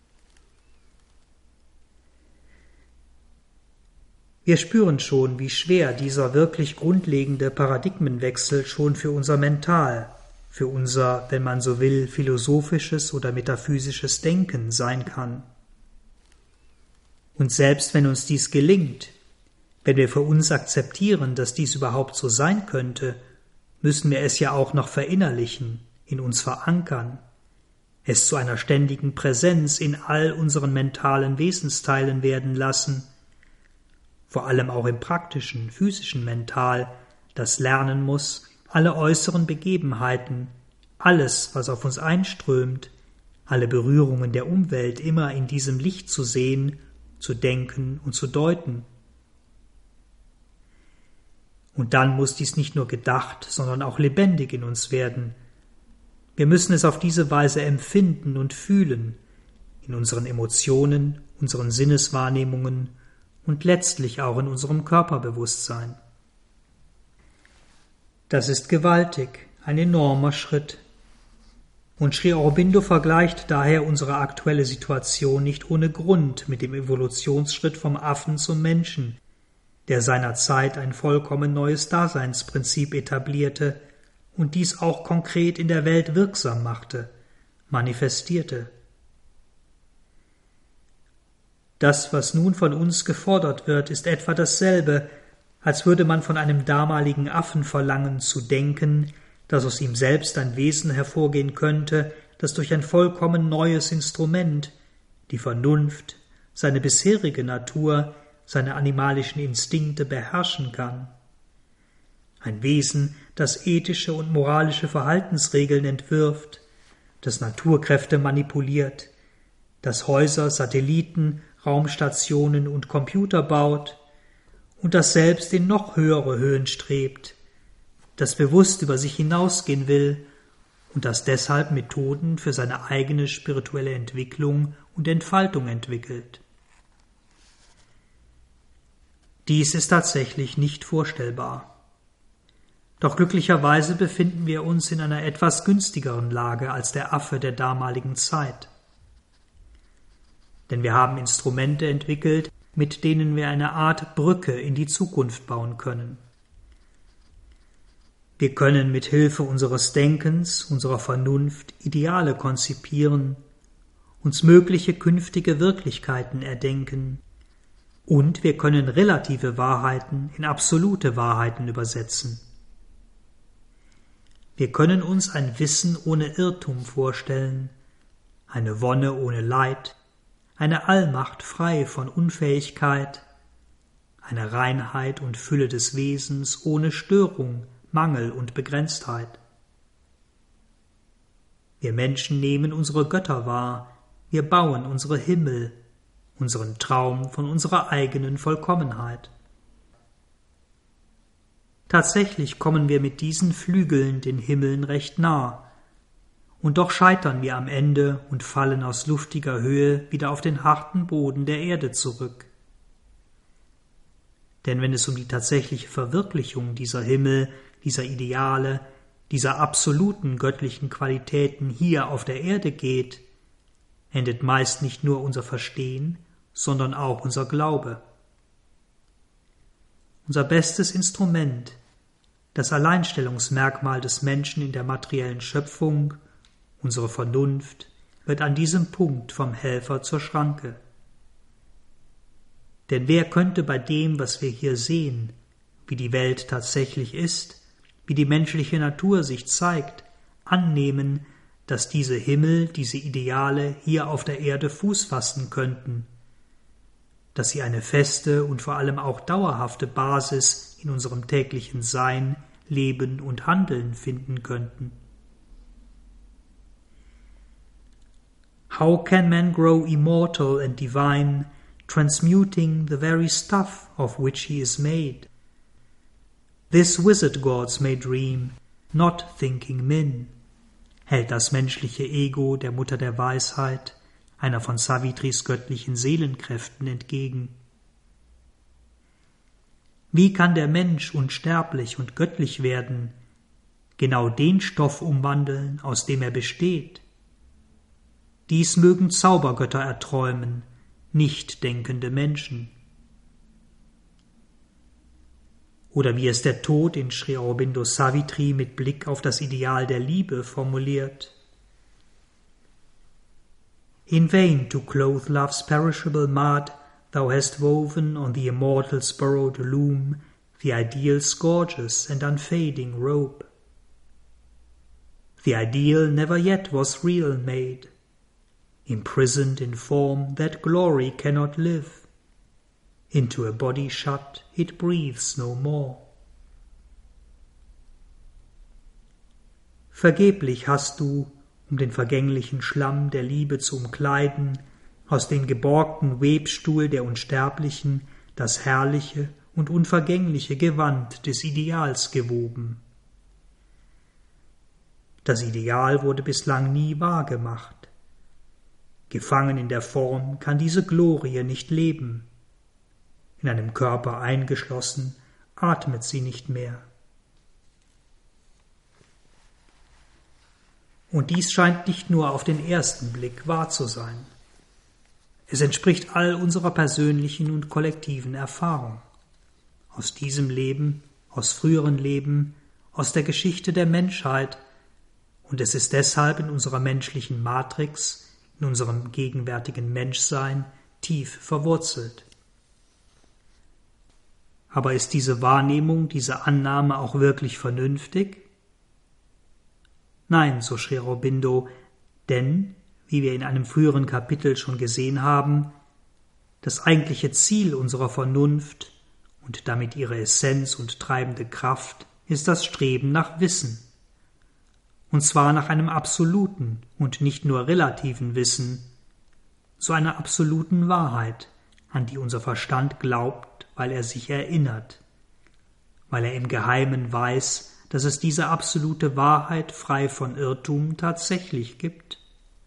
Wir spüren schon, wie schwer dieser wirklich grundlegende Paradigmenwechsel schon für unser Mental, für unser, wenn man so will, philosophisches oder metaphysisches Denken sein kann. Und selbst wenn uns dies gelingt, wenn wir für uns akzeptieren, dass dies überhaupt so sein könnte, müssen wir es ja auch noch verinnerlichen, in uns verankern, es zu einer ständigen Präsenz in all unseren mentalen Wesensteilen werden lassen, vor allem auch im praktischen, physischen Mental, das lernen muss, alle äußeren Begebenheiten, alles, was auf uns einströmt, alle Berührungen der Umwelt immer in diesem Licht zu sehen, zu denken und zu deuten. Und dann muss dies nicht nur gedacht, sondern auch lebendig in uns werden. Wir müssen es auf diese Weise empfinden und fühlen, in unseren Emotionen, unseren Sinneswahrnehmungen und letztlich auch in unserem Körperbewusstsein. Das ist gewaltig, ein enormer Schritt. Und Sri Aurobindo vergleicht daher unsere aktuelle Situation nicht ohne Grund mit dem Evolutionsschritt vom Affen zum Menschen, der seinerzeit ein vollkommen neues Daseinsprinzip etablierte und dies auch konkret in der Welt wirksam machte, manifestierte. Das, was nun von uns gefordert wird, ist etwa dasselbe, als würde man von einem damaligen Affen verlangen, zu denken, dass aus ihm selbst ein Wesen hervorgehen könnte, das durch ein vollkommen neues Instrument, die Vernunft, seine bisherige Natur seine animalischen Instinkte beherrschen kann. Ein Wesen, das ethische und moralische Verhaltensregeln entwirft, das Naturkräfte manipuliert, das Häuser, Satelliten, Raumstationen und Computer baut und das selbst in noch höhere Höhen strebt, das bewusst über sich hinausgehen will und das deshalb Methoden für seine eigene spirituelle Entwicklung und Entfaltung entwickelt. Dies ist tatsächlich nicht vorstellbar. Doch glücklicherweise befinden wir uns in einer etwas günstigeren Lage als der Affe der damaligen Zeit. Denn wir haben Instrumente entwickelt, mit denen wir eine Art Brücke in die Zukunft bauen können. Wir können mit Hilfe unseres Denkens, unserer Vernunft Ideale konzipieren, uns mögliche künftige Wirklichkeiten erdenken, und wir können relative Wahrheiten in absolute Wahrheiten übersetzen. Wir können uns ein Wissen ohne Irrtum vorstellen, eine Wonne ohne Leid, eine Allmacht frei von Unfähigkeit, eine Reinheit und Fülle des Wesens ohne Störung, Mangel und Begrenztheit. Wir Menschen nehmen unsere Götter wahr, wir bauen unsere Himmel, unseren Traum von unserer eigenen Vollkommenheit. Tatsächlich kommen wir mit diesen Flügeln den Himmeln recht nah, und doch scheitern wir am Ende und fallen aus luftiger Höhe wieder auf den harten Boden der Erde zurück. Denn wenn es um die tatsächliche Verwirklichung dieser Himmel, dieser Ideale, dieser absoluten göttlichen Qualitäten hier auf der Erde geht, endet meist nicht nur unser Verstehen, sondern auch unser Glaube. Unser bestes Instrument, das Alleinstellungsmerkmal des Menschen in der materiellen Schöpfung, unsere Vernunft, wird an diesem Punkt vom Helfer zur Schranke. Denn wer könnte bei dem, was wir hier sehen, wie die Welt tatsächlich ist, wie die menschliche Natur sich zeigt, annehmen, dass diese Himmel, diese Ideale hier auf der Erde Fuß fassen könnten, dass sie eine feste und vor allem auch dauerhafte Basis in unserem täglichen Sein, Leben und Handeln finden könnten? How can man grow immortal and divine, transmuting the very stuff of which he is made? This wizard gods may dream, not thinking men, hält das menschliche Ego der Mutter der Weisheit, einer von Savitris göttlichen Seelenkräften, entgegen. Wie kann der Mensch unsterblich und göttlich werden, genau den Stoff umwandeln, aus dem er besteht? Dies mögen Zaubergötter erträumen, nicht denkende Menschen. Oder wie es der Tod in Sri Aurobindo Savitri mit Blick auf das Ideal der Liebe formuliert: In vain to clothe love's perishable mud, thou hast woven on the immortal's borrowed loom the ideal's gorgeous and unfading robe. The ideal never yet was real made, imprisoned in form that glory cannot live. Into a body shut, it breathes no more. Vergeblich hast du, um den vergänglichen Schlamm der Liebe zu umkleiden, aus dem geborgten Webstuhl der Unsterblichen das herrliche und unvergängliche Gewand des Ideals gewoben. Das Ideal wurde bislang nie wahr gemacht. Gefangen in der Form kann diese Glorie nicht leben. In einem Körper eingeschlossen, atmet sie nicht mehr. Und dies scheint nicht nur auf den ersten Blick wahr zu sein. Es entspricht all unserer persönlichen und kollektiven Erfahrung. Aus diesem Leben, aus früheren Leben, aus der Geschichte der Menschheit, und es ist deshalb in unserer menschlichen Matrix, in unserem gegenwärtigen Menschsein tief verwurzelt. Aber ist diese Wahrnehmung, diese Annahme auch wirklich vernünftig? Nein, so Sri Aurobindo, denn, wie wir in einem früheren Kapitel schon gesehen haben, das eigentliche Ziel unserer Vernunft und damit ihre Essenz und treibende Kraft ist das Streben nach Wissen. Und zwar nach einem absoluten und nicht nur relativen Wissen, zu einer absoluten Wahrheit, an die unser Verstand glaubt, weil er sich erinnert, weil er im Geheimen weiß, dass es diese absolute Wahrheit frei von Irrtum tatsächlich gibt.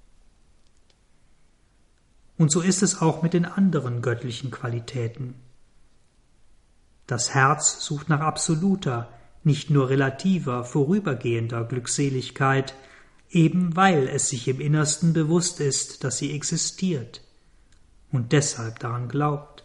Und so ist es auch mit den anderen göttlichen Qualitäten. Das Herz sucht nach absoluter, nicht nur relativer, vorübergehender Glückseligkeit, eben weil es sich im Innersten bewusst ist, dass sie existiert und deshalb daran glaubt.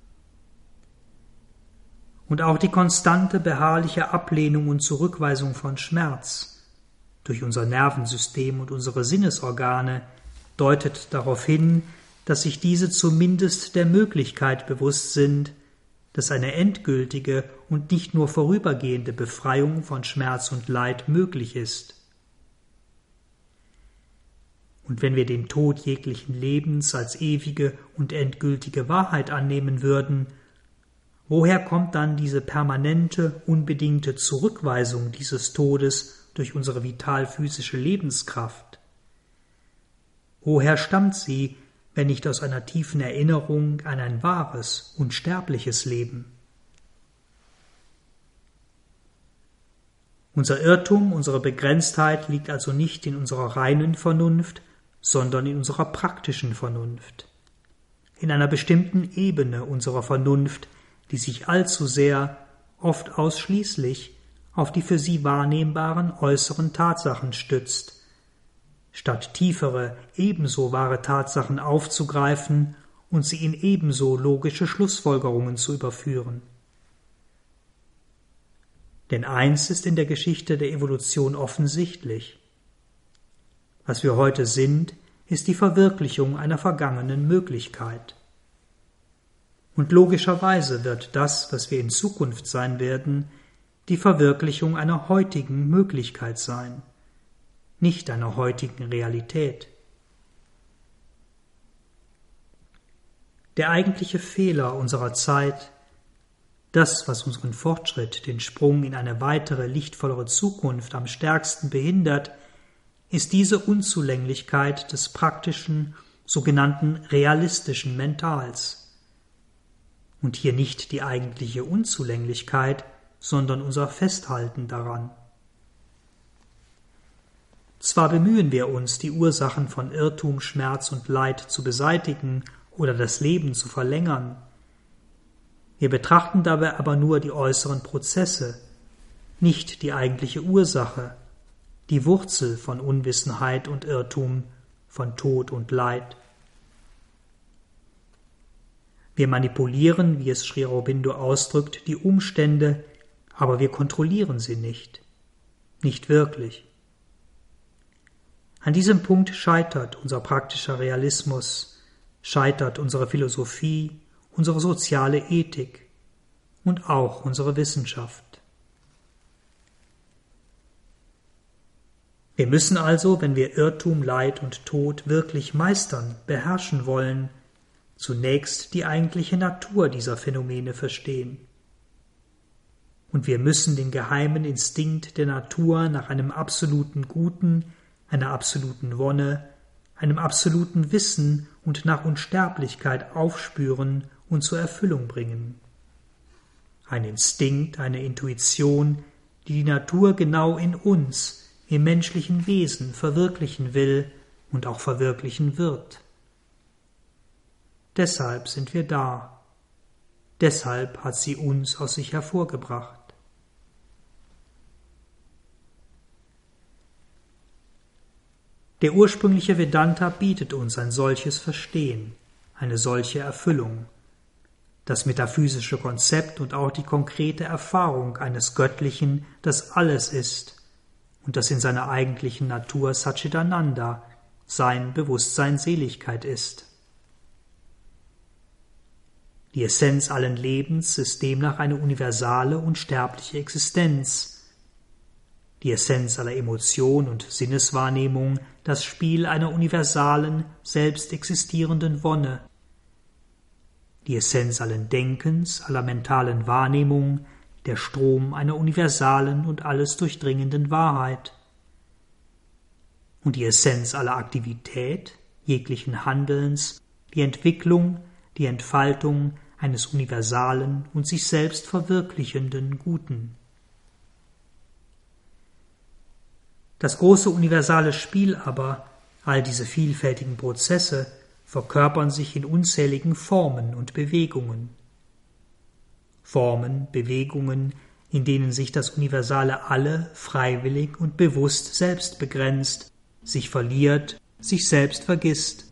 Und auch die konstante, beharrliche Ablehnung und Zurückweisung von Schmerz durch unser Nervensystem und unsere Sinnesorgane deutet darauf hin, dass sich diese zumindest der Möglichkeit bewusst sind, dass eine endgültige und nicht nur vorübergehende Befreiung von Schmerz und Leid möglich ist. Und wenn wir den Tod jeglichen Lebens als ewige und endgültige Wahrheit annehmen würden, woher kommt dann diese permanente, unbedingte Zurückweisung dieses Todes durch unsere vital-physische Lebenskraft? Woher stammt sie, wenn nicht aus einer tiefen Erinnerung an ein wahres, unsterbliches Leben? Unser Irrtum, unsere Begrenztheit liegt also nicht in unserer reinen Vernunft, sondern in unserer praktischen Vernunft, in einer bestimmten Ebene unserer Vernunft, die sich allzu sehr, oft ausschließlich, auf die für sie wahrnehmbaren äußeren Tatsachen stützt, statt tiefere, ebenso wahre Tatsachen aufzugreifen und sie in ebenso logische Schlussfolgerungen zu überführen. Denn eins ist in der Geschichte der Evolution offensichtlich: Was wir heute sind, ist die Verwirklichung einer vergangenen Möglichkeit. Und logischerweise wird das, was wir in Zukunft sein werden, die Verwirklichung einer heutigen Möglichkeit sein, nicht einer heutigen Realität. Der eigentliche Fehler unserer Zeit, das, was unseren Fortschritt, den Sprung in eine weitere, lichtvollere Zukunft am stärksten behindert, ist diese Unzulänglichkeit des praktischen, sogenannten realistischen Mentals. Und hier nicht die eigentliche Unzulänglichkeit, sondern unser Festhalten daran. Zwar bemühen wir uns, die Ursachen von Irrtum, Schmerz und Leid zu beseitigen oder das Leben zu verlängern. Wir betrachten dabei aber nur die äußeren Prozesse, nicht die eigentliche Ursache, die Wurzel von Unwissenheit und Irrtum, von Tod und Leid. Wir manipulieren, wie es Sri Aurobindo ausdrückt, die Umstände, aber wir kontrollieren sie nicht, nicht wirklich. An diesem Punkt scheitert unser praktischer Realismus, scheitert unsere Philosophie, unsere soziale Ethik und auch unsere Wissenschaft. Wir müssen also, wenn wir Irrtum, Leid und Tod wirklich meistern, beherrschen wollen, zunächst die eigentliche Natur dieser Phänomene verstehen. Und wir müssen den geheimen Instinkt der Natur nach einem absoluten Guten, einer absoluten Wonne, einem absoluten Wissen und nach Unsterblichkeit aufspüren und zur Erfüllung bringen. Ein Instinkt, eine Intuition, die die Natur genau in uns, im menschlichen Wesen verwirklichen will und auch verwirklichen wird. Deshalb sind wir da. Deshalb hat sie uns aus sich hervorgebracht. Der ursprüngliche Vedanta bietet uns ein solches Verstehen, eine solche Erfüllung, das metaphysische Konzept und auch die konkrete Erfahrung eines Göttlichen, das alles ist und das in seiner eigentlichen Natur Satchitananda, sein Bewusstsein Seligkeit ist. Die Essenz allen Lebens ist demnach eine universale und sterbliche Existenz, die Essenz aller Emotion und Sinneswahrnehmung, das Spiel einer universalen, selbst existierenden Wonne. die Essenz allen Denkens, aller mentalen Wahrnehmung, der Strom einer universalen und alles durchdringenden Wahrheit. Und die Essenz aller Aktivität, jeglichen Handelns, die Entwicklung, die Entfaltung eines universalen und sich selbst verwirklichenden Guten. Das große universale Spiel aber, all diese vielfältigen Prozesse, verkörpern sich in unzähligen Formen und Bewegungen. Formen, Bewegungen, in denen sich das universale Alle freiwillig und bewusst selbst begrenzt, sich verliert, sich selbst vergisst.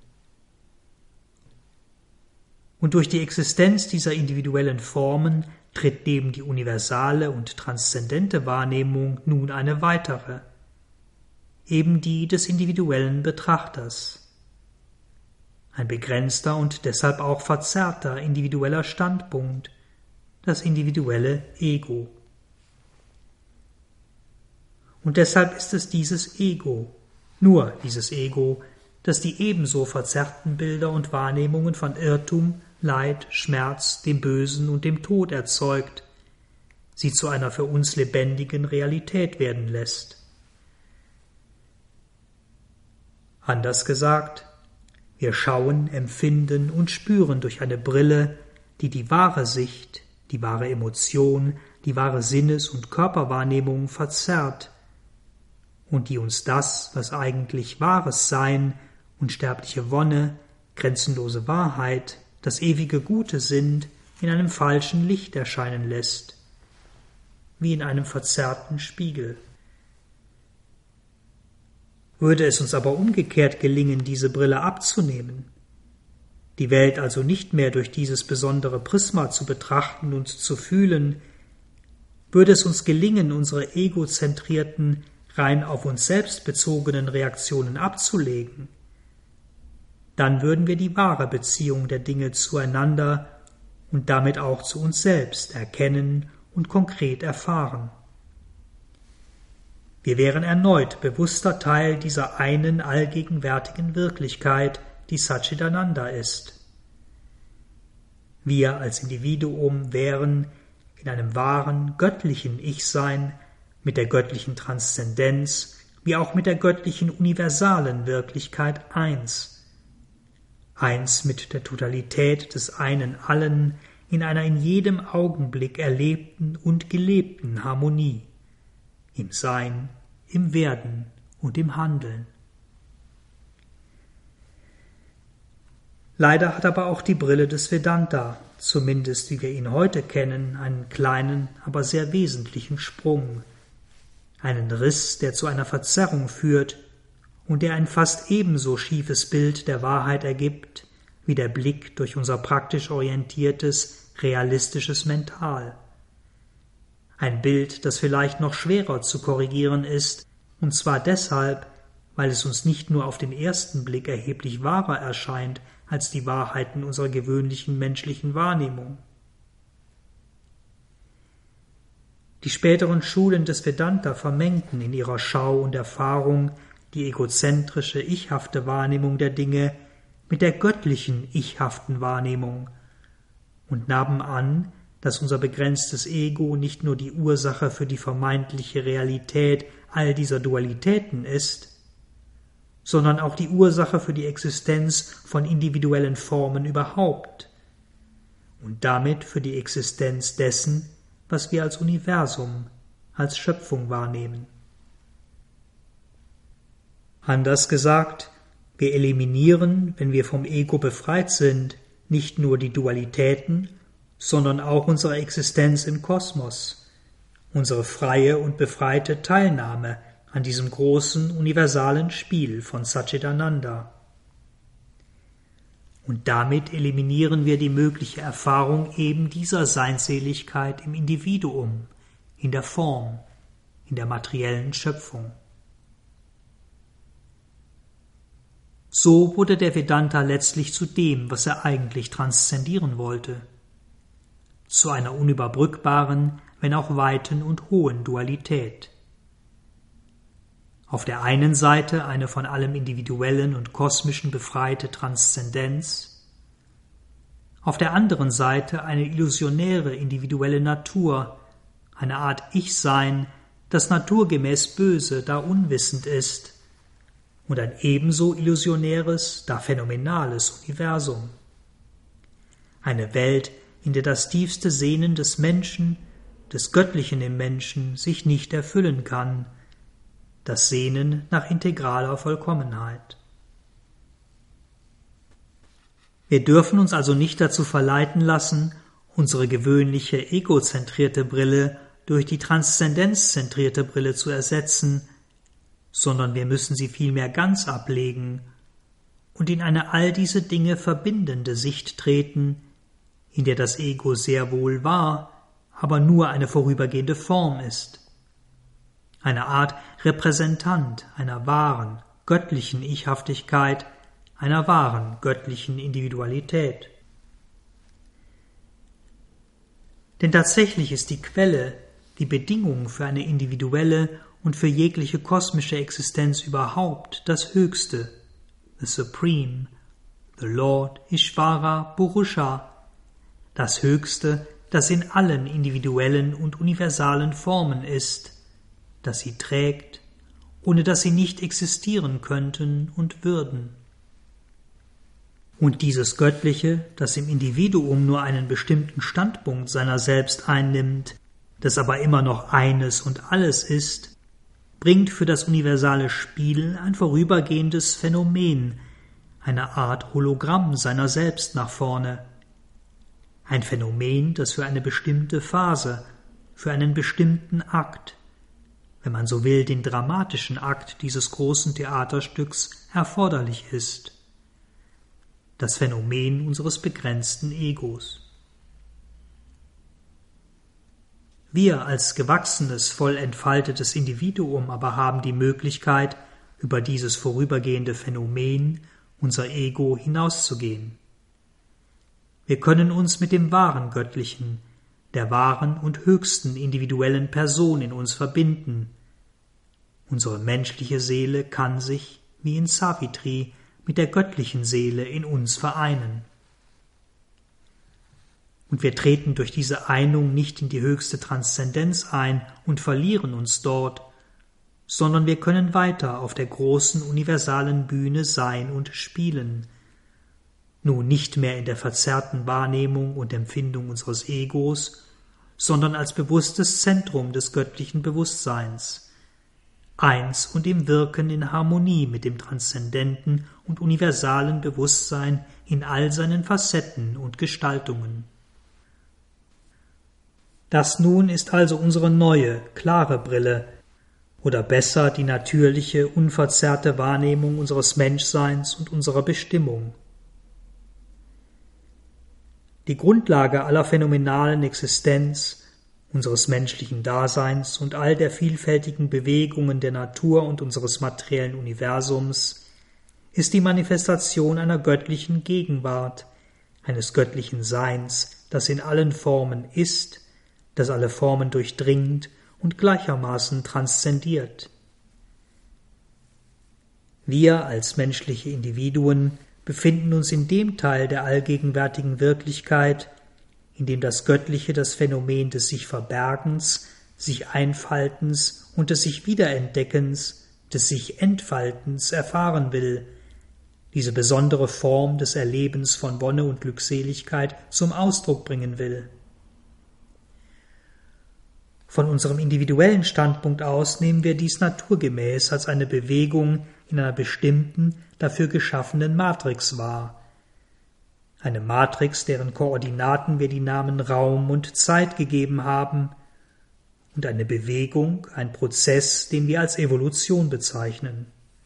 Und durch die Existenz dieser individuellen Formen tritt neben die universale und transzendente Wahrnehmung nun eine weitere, eben die des individuellen Betrachters. Ein begrenzter und deshalb auch verzerrter individueller Standpunkt, das individuelle Ego. Und deshalb ist es dieses Ego, nur dieses Ego, das die ebenso verzerrten Bilder und Wahrnehmungen von Irrtum, Leid, Schmerz, dem Bösen und dem Tod erzeugt, sie zu einer für uns lebendigen Realität werden lässt. Anders gesagt, wir schauen, empfinden und spüren durch eine Brille, die die wahre Sicht, die wahre Emotion, die wahre Sinnes- und Körperwahrnehmung verzerrt und die uns das, was eigentlich wahres Sein, unsterbliche Wonne, grenzenlose Wahrheit, das ewige Gute sind, in einem falschen Licht erscheinen lässt, wie in einem verzerrten Spiegel. Würde es uns aber umgekehrt gelingen, diese Brille abzunehmen, die Welt also nicht mehr durch dieses besondere Prisma zu betrachten und zu fühlen, würde es uns gelingen, unsere egozentrierten, rein auf uns selbst bezogenen Reaktionen abzulegen, dann würden wir die wahre Beziehung der Dinge zueinander und damit auch zu uns selbst erkennen und konkret erfahren. Wir wären erneut bewusster Teil dieser einen allgegenwärtigen Wirklichkeit, die Satchidananda ist. Wir als Individuum wären in einem wahren, göttlichen Ich-Sein mit der göttlichen Transzendenz wie auch mit der göttlichen universalen Wirklichkeit eins. Eins mit der Totalität des einen Allen in einer in jedem Augenblick erlebten und gelebten Harmonie. Im Sein, im Werden und im Handeln. Leider hat aber auch die Brille des Vedanta, zumindest wie wir ihn heute kennen, einen kleinen, aber sehr wesentlichen Sprung, einen Riss, der zu einer Verzerrung führt und der ein fast ebenso schiefes Bild der Wahrheit ergibt, wie der Blick durch unser praktisch orientiertes, realistisches Mental. Ein Bild, das vielleicht noch schwerer zu korrigieren ist, und zwar deshalb, weil es uns nicht nur auf den ersten Blick erheblich wahrer erscheint als die Wahrheiten unserer gewöhnlichen menschlichen Wahrnehmung. Die späteren Schulen des Vedanta vermengten in ihrer Schau und Erfahrung die egozentrische, ichhafte Wahrnehmung der Dinge mit der göttlichen, ichhaften Wahrnehmung und nahmen an, dass unser begrenztes Ego nicht nur die Ursache für die vermeintliche Realität all dieser Dualitäten ist, sondern auch die Ursache für die Existenz von individuellen Formen überhaupt und damit für die Existenz dessen, was wir als Universum, als Schöpfung wahrnehmen. Anders gesagt, wir eliminieren, wenn wir vom Ego befreit sind, nicht nur die Dualitäten, sondern auch unsere Existenz im Kosmos, unsere freie und befreite Teilnahme an diesem großen universalen Spiel von Satchidananda. Und damit eliminieren wir die mögliche Erfahrung eben dieser Seinsseligkeit im Individuum, in der Form, in der materiellen Schöpfung. So wurde der Vedanta letztlich zu dem, was er eigentlich transzendieren wollte, zu einer unüberbrückbaren, wenn auch weiten und hohen Dualität. Auf der einen Seite eine von allem Individuellen und Kosmischen befreite Transzendenz, auf der anderen Seite eine illusionäre individuelle Natur, eine Art Ich-Sein, das naturgemäß böse, da unwissend ist, und ein ebenso illusionäres, da phänomenales Universum. Eine Welt, in der das tiefste Sehnen des Menschen, des Göttlichen im Menschen, sich nicht erfüllen kann, das Sehnen nach integraler Vollkommenheit. Wir dürfen uns also nicht dazu verleiten lassen, unsere gewöhnliche egozentrierte Brille durch die transzendenzzentrierte Brille zu ersetzen, sondern wir müssen sie vielmehr ganz ablegen und in eine all diese Dinge verbindende Sicht treten, in der das Ego sehr wohl war, aber nur eine vorübergehende Form ist. Eine Art Repräsentant einer wahren, göttlichen Ich-Haftigkeit, einer wahren, göttlichen Individualität. Denn tatsächlich ist die Quelle, die Bedingung für eine individuelle und für jegliche kosmische Existenz überhaupt das Höchste, the Supreme, the Lord Ishvara Purusha, das Höchste, das in allen individuellen und universalen Formen ist, das sie trägt, ohne dass sie nicht existieren könnten und würden. Und dieses Göttliche, das im Individuum nur einen bestimmten Standpunkt seiner selbst einnimmt, das aber immer noch eines und alles ist, bringt für das universale Spiel ein vorübergehendes Phänomen, eine Art Hologramm seiner selbst nach vorne. Ein Phänomen, das für eine bestimmte Phase, für einen bestimmten Akt, wenn man so will, den dramatischen Akt dieses großen Theaterstücks erforderlich ist. Das Phänomen unseres begrenzten Egos. Wir als gewachsenes, voll entfaltetes Individuum aber haben die Möglichkeit, über dieses vorübergehende Phänomen, unser Ego, hinauszugehen. Wir können uns mit dem wahren Göttlichen, der wahren und höchsten individuellen Person in uns verbinden. Unsere menschliche Seele kann sich, wie in Savitri, mit der göttlichen Seele in uns vereinen. Und wir treten durch diese Einung nicht in die höchste Transzendenz ein und verlieren uns dort, sondern wir können weiter auf der großen universalen Bühne sein und spielen, nun nicht mehr in der verzerrten Wahrnehmung und Empfindung unseres Egos, sondern als bewusstes Zentrum des göttlichen Bewusstseins, eins und im Wirken in Harmonie mit dem transzendenten und universalen Bewusstsein in all seinen Facetten und Gestaltungen. Das nun ist also unsere neue, klare Brille, oder besser die natürliche, unverzerrte Wahrnehmung unseres Menschseins und unserer Bestimmung. Die Grundlage aller phänomenalen Existenz, unseres menschlichen Daseins und all der vielfältigen Bewegungen der Natur und unseres materiellen Universums ist die Manifestation einer göttlichen Gegenwart, eines göttlichen Seins, das in allen Formen ist, das alle Formen durchdringt und gleichermaßen transzendiert. Wir als menschliche Individuen befinden uns in dem Teil der allgegenwärtigen Wirklichkeit, in dem das Göttliche das Phänomen des sich Verbergens, sich Einfaltens und des sich Wiederentdeckens, des sich Entfaltens erfahren will, diese besondere Form des Erlebens von Wonne und Glückseligkeit zum Ausdruck bringen will. Von unserem individuellen Standpunkt aus nehmen wir dies naturgemäß als eine Bewegung in einer bestimmten, dafür geschaffenen Matrix wahr. Eine Matrix, deren Koordinaten wir die Namen Raum und Zeit gegeben haben, und eine Bewegung, ein Prozess, den wir als Evolution bezeichnen.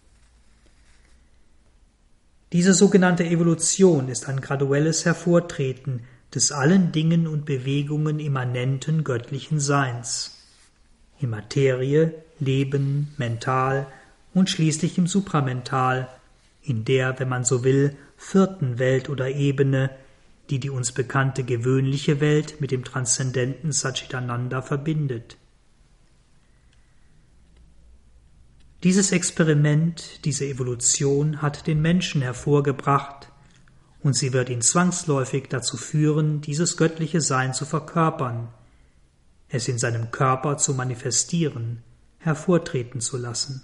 Diese sogenannte Evolution ist ein graduelles Hervortreten des allen Dingen und Bewegungen immanenten göttlichen Seins, in Materie, Leben, Mental und schließlich im Supramental, in der, wenn man so will, vierten Welt oder Ebene, die die uns bekannte gewöhnliche Welt mit dem transzendenten Satchitananda verbindet. Dieses Experiment, diese Evolution hat den Menschen hervorgebracht, und sie wird ihn zwangsläufig dazu führen, dieses göttliche Sein zu verkörpern, es in seinem Körper zu manifestieren, hervortreten zu lassen.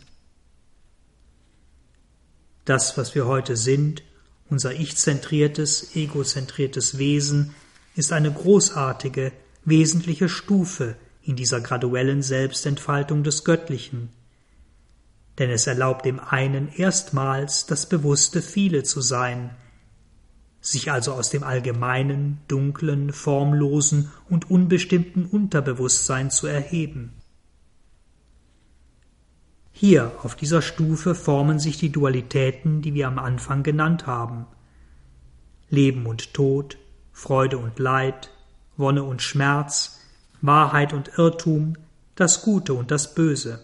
Das, was wir heute sind, unser ich-zentriertes, egozentriertes Wesen, ist eine großartige, wesentliche Stufe in dieser graduellen Selbstentfaltung des Göttlichen. Denn es erlaubt dem einen erstmals das bewusste Viele zu sein, sich also aus dem allgemeinen, dunklen, formlosen und unbestimmten Unterbewusstsein zu erheben. Hier, auf dieser Stufe, formen sich die Dualitäten, die wir am Anfang genannt haben. Leben und Tod, Freude und Leid, Wonne und Schmerz, Wahrheit und Irrtum, das Gute und das Böse.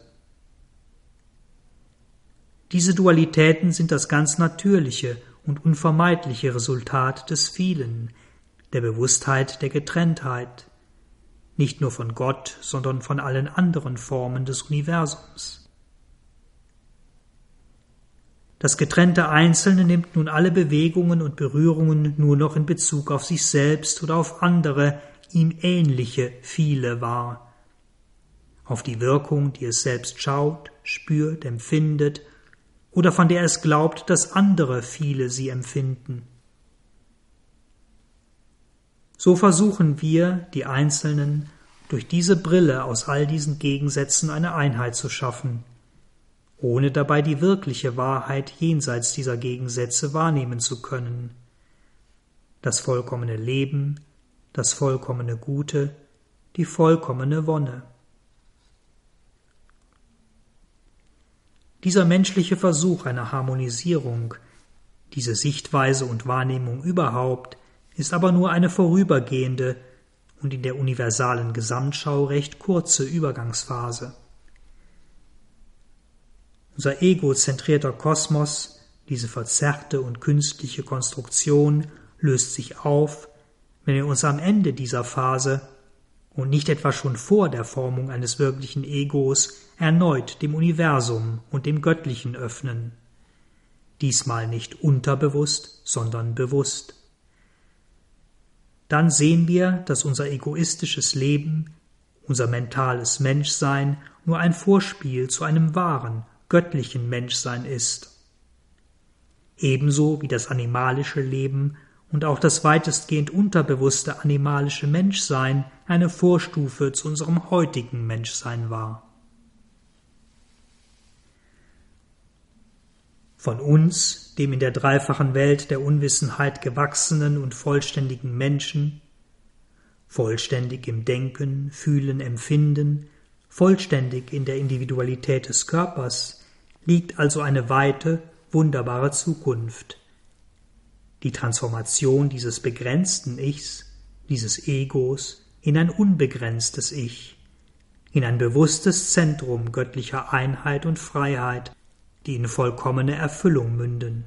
Diese Dualitäten sind das ganz natürliche und unvermeidliche Resultat des Vielen, der Bewusstheit der Getrenntheit, nicht nur von Gott, sondern von allen anderen Formen des Universums. Das getrennte Einzelne nimmt nun alle Bewegungen und Berührungen nur noch in Bezug auf sich selbst oder auf andere, ihm ähnliche Viele wahr, auf die Wirkung, die es selbst schaut, spürt, empfindet, oder von der es glaubt, dass andere Viele sie empfinden. So versuchen wir, die Einzelnen, durch diese Brille aus all diesen Gegensätzen eine Einheit zu schaffen, ohne dabei die wirkliche Wahrheit jenseits dieser Gegensätze wahrnehmen zu können. Das vollkommene Leben, das vollkommene Gute, die vollkommene Wonne. Dieser menschliche Versuch einer Harmonisierung, diese Sichtweise und Wahrnehmung überhaupt, ist aber nur eine vorübergehende und in der universalen Gesamtschau recht kurze Übergangsphase. Unser egozentrierter Kosmos, diese verzerrte und künstliche Konstruktion, löst sich auf, wenn wir uns am Ende dieser Phase und nicht etwa schon vor der Formung eines wirklichen Egos erneut dem Universum und dem Göttlichen öffnen. Diesmal nicht unterbewusst, sondern bewusst. Dann sehen wir, dass unser egoistisches Leben, unser mentales Menschsein nur ein Vorspiel zu einem wahren, göttlichen Menschsein ist. Ebenso wie das animalische Leben und auch das weitestgehend unterbewusste animalische Menschsein eine Vorstufe zu unserem heutigen Menschsein war. Von uns, dem in der dreifachen Welt der Unwissenheit gewachsenen und vollständigen Menschen, vollständig im Denken, Fühlen, Empfinden, vollständig in der Individualität des Körpers, liegt also eine weite, wunderbare Zukunft. Die Transformation dieses begrenzten Ichs, dieses Egos, in ein unbegrenztes Ich, in ein bewusstes Zentrum göttlicher Einheit und Freiheit, die in vollkommene Erfüllung münden.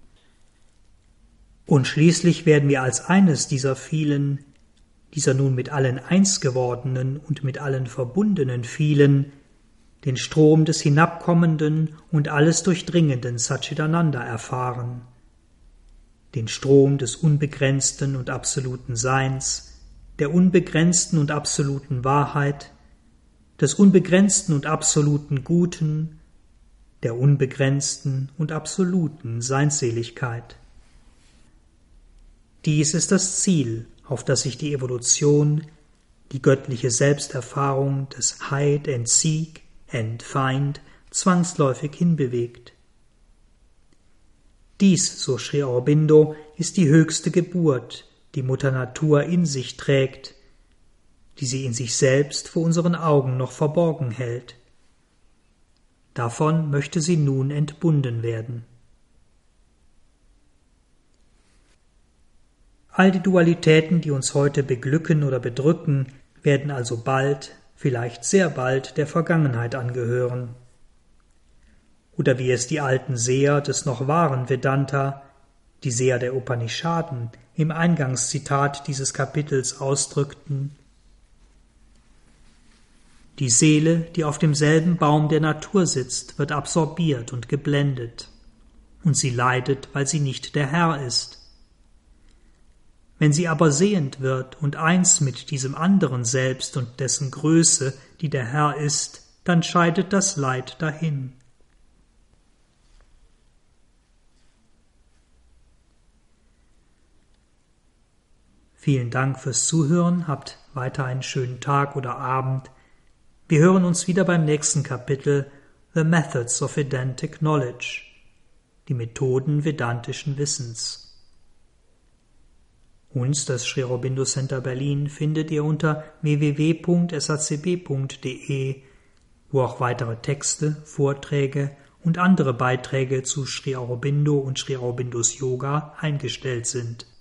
Und schließlich werden wir als eines dieser vielen, dieser nun mit allen eins gewordenen und mit allen verbundenen vielen, den Strom des hinabkommenden und alles durchdringenden Satchitananda erfahren, den Strom des unbegrenzten und absoluten Seins, der unbegrenzten und absoluten Wahrheit, des unbegrenzten und absoluten Guten, der unbegrenzten und absoluten Seinsseligkeit. Dies ist das Ziel, auf das sich die Evolution, die göttliche Selbsterfahrung des Hide and Seek and Find zwangsläufig hinbewegt. Dies, so Sri Aurobindo, ist die höchste Geburt, die Mutter Natur in sich trägt, die sie in sich selbst vor unseren Augen noch verborgen hält. Davon möchte sie nun entbunden werden. All die Dualitäten, die uns heute beglücken oder bedrücken, werden also bald, vielleicht sehr bald, der Vergangenheit angehören. Oder wie es die alten Seher des noch wahren Vedanta, die Seher der Upanishaden, im Eingangszitat dieses Kapitels ausdrückten: Die Seele, die auf demselben Baum der Natur sitzt, wird absorbiert und geblendet, und sie leidet, weil sie nicht der Herr ist. Wenn sie aber sehend wird und eins mit diesem anderen Selbst und dessen Größe, die der Herr ist, dann scheidet das Leid dahin. Vielen Dank fürs Zuhören, habt weiter einen schönen Tag oder Abend. Wir hören uns wieder beim nächsten Kapitel The Methods of Vedantic Knowledge, die Methoden vedantischen Wissens. Uns, das Sri Aurobindo Center Berlin, findet ihr unter w w w punkt s a c b punkt d e, wo auch weitere Texte, Vorträge und andere Beiträge zu Sri Aurobindo und Sri Aurobindos Yoga eingestellt sind.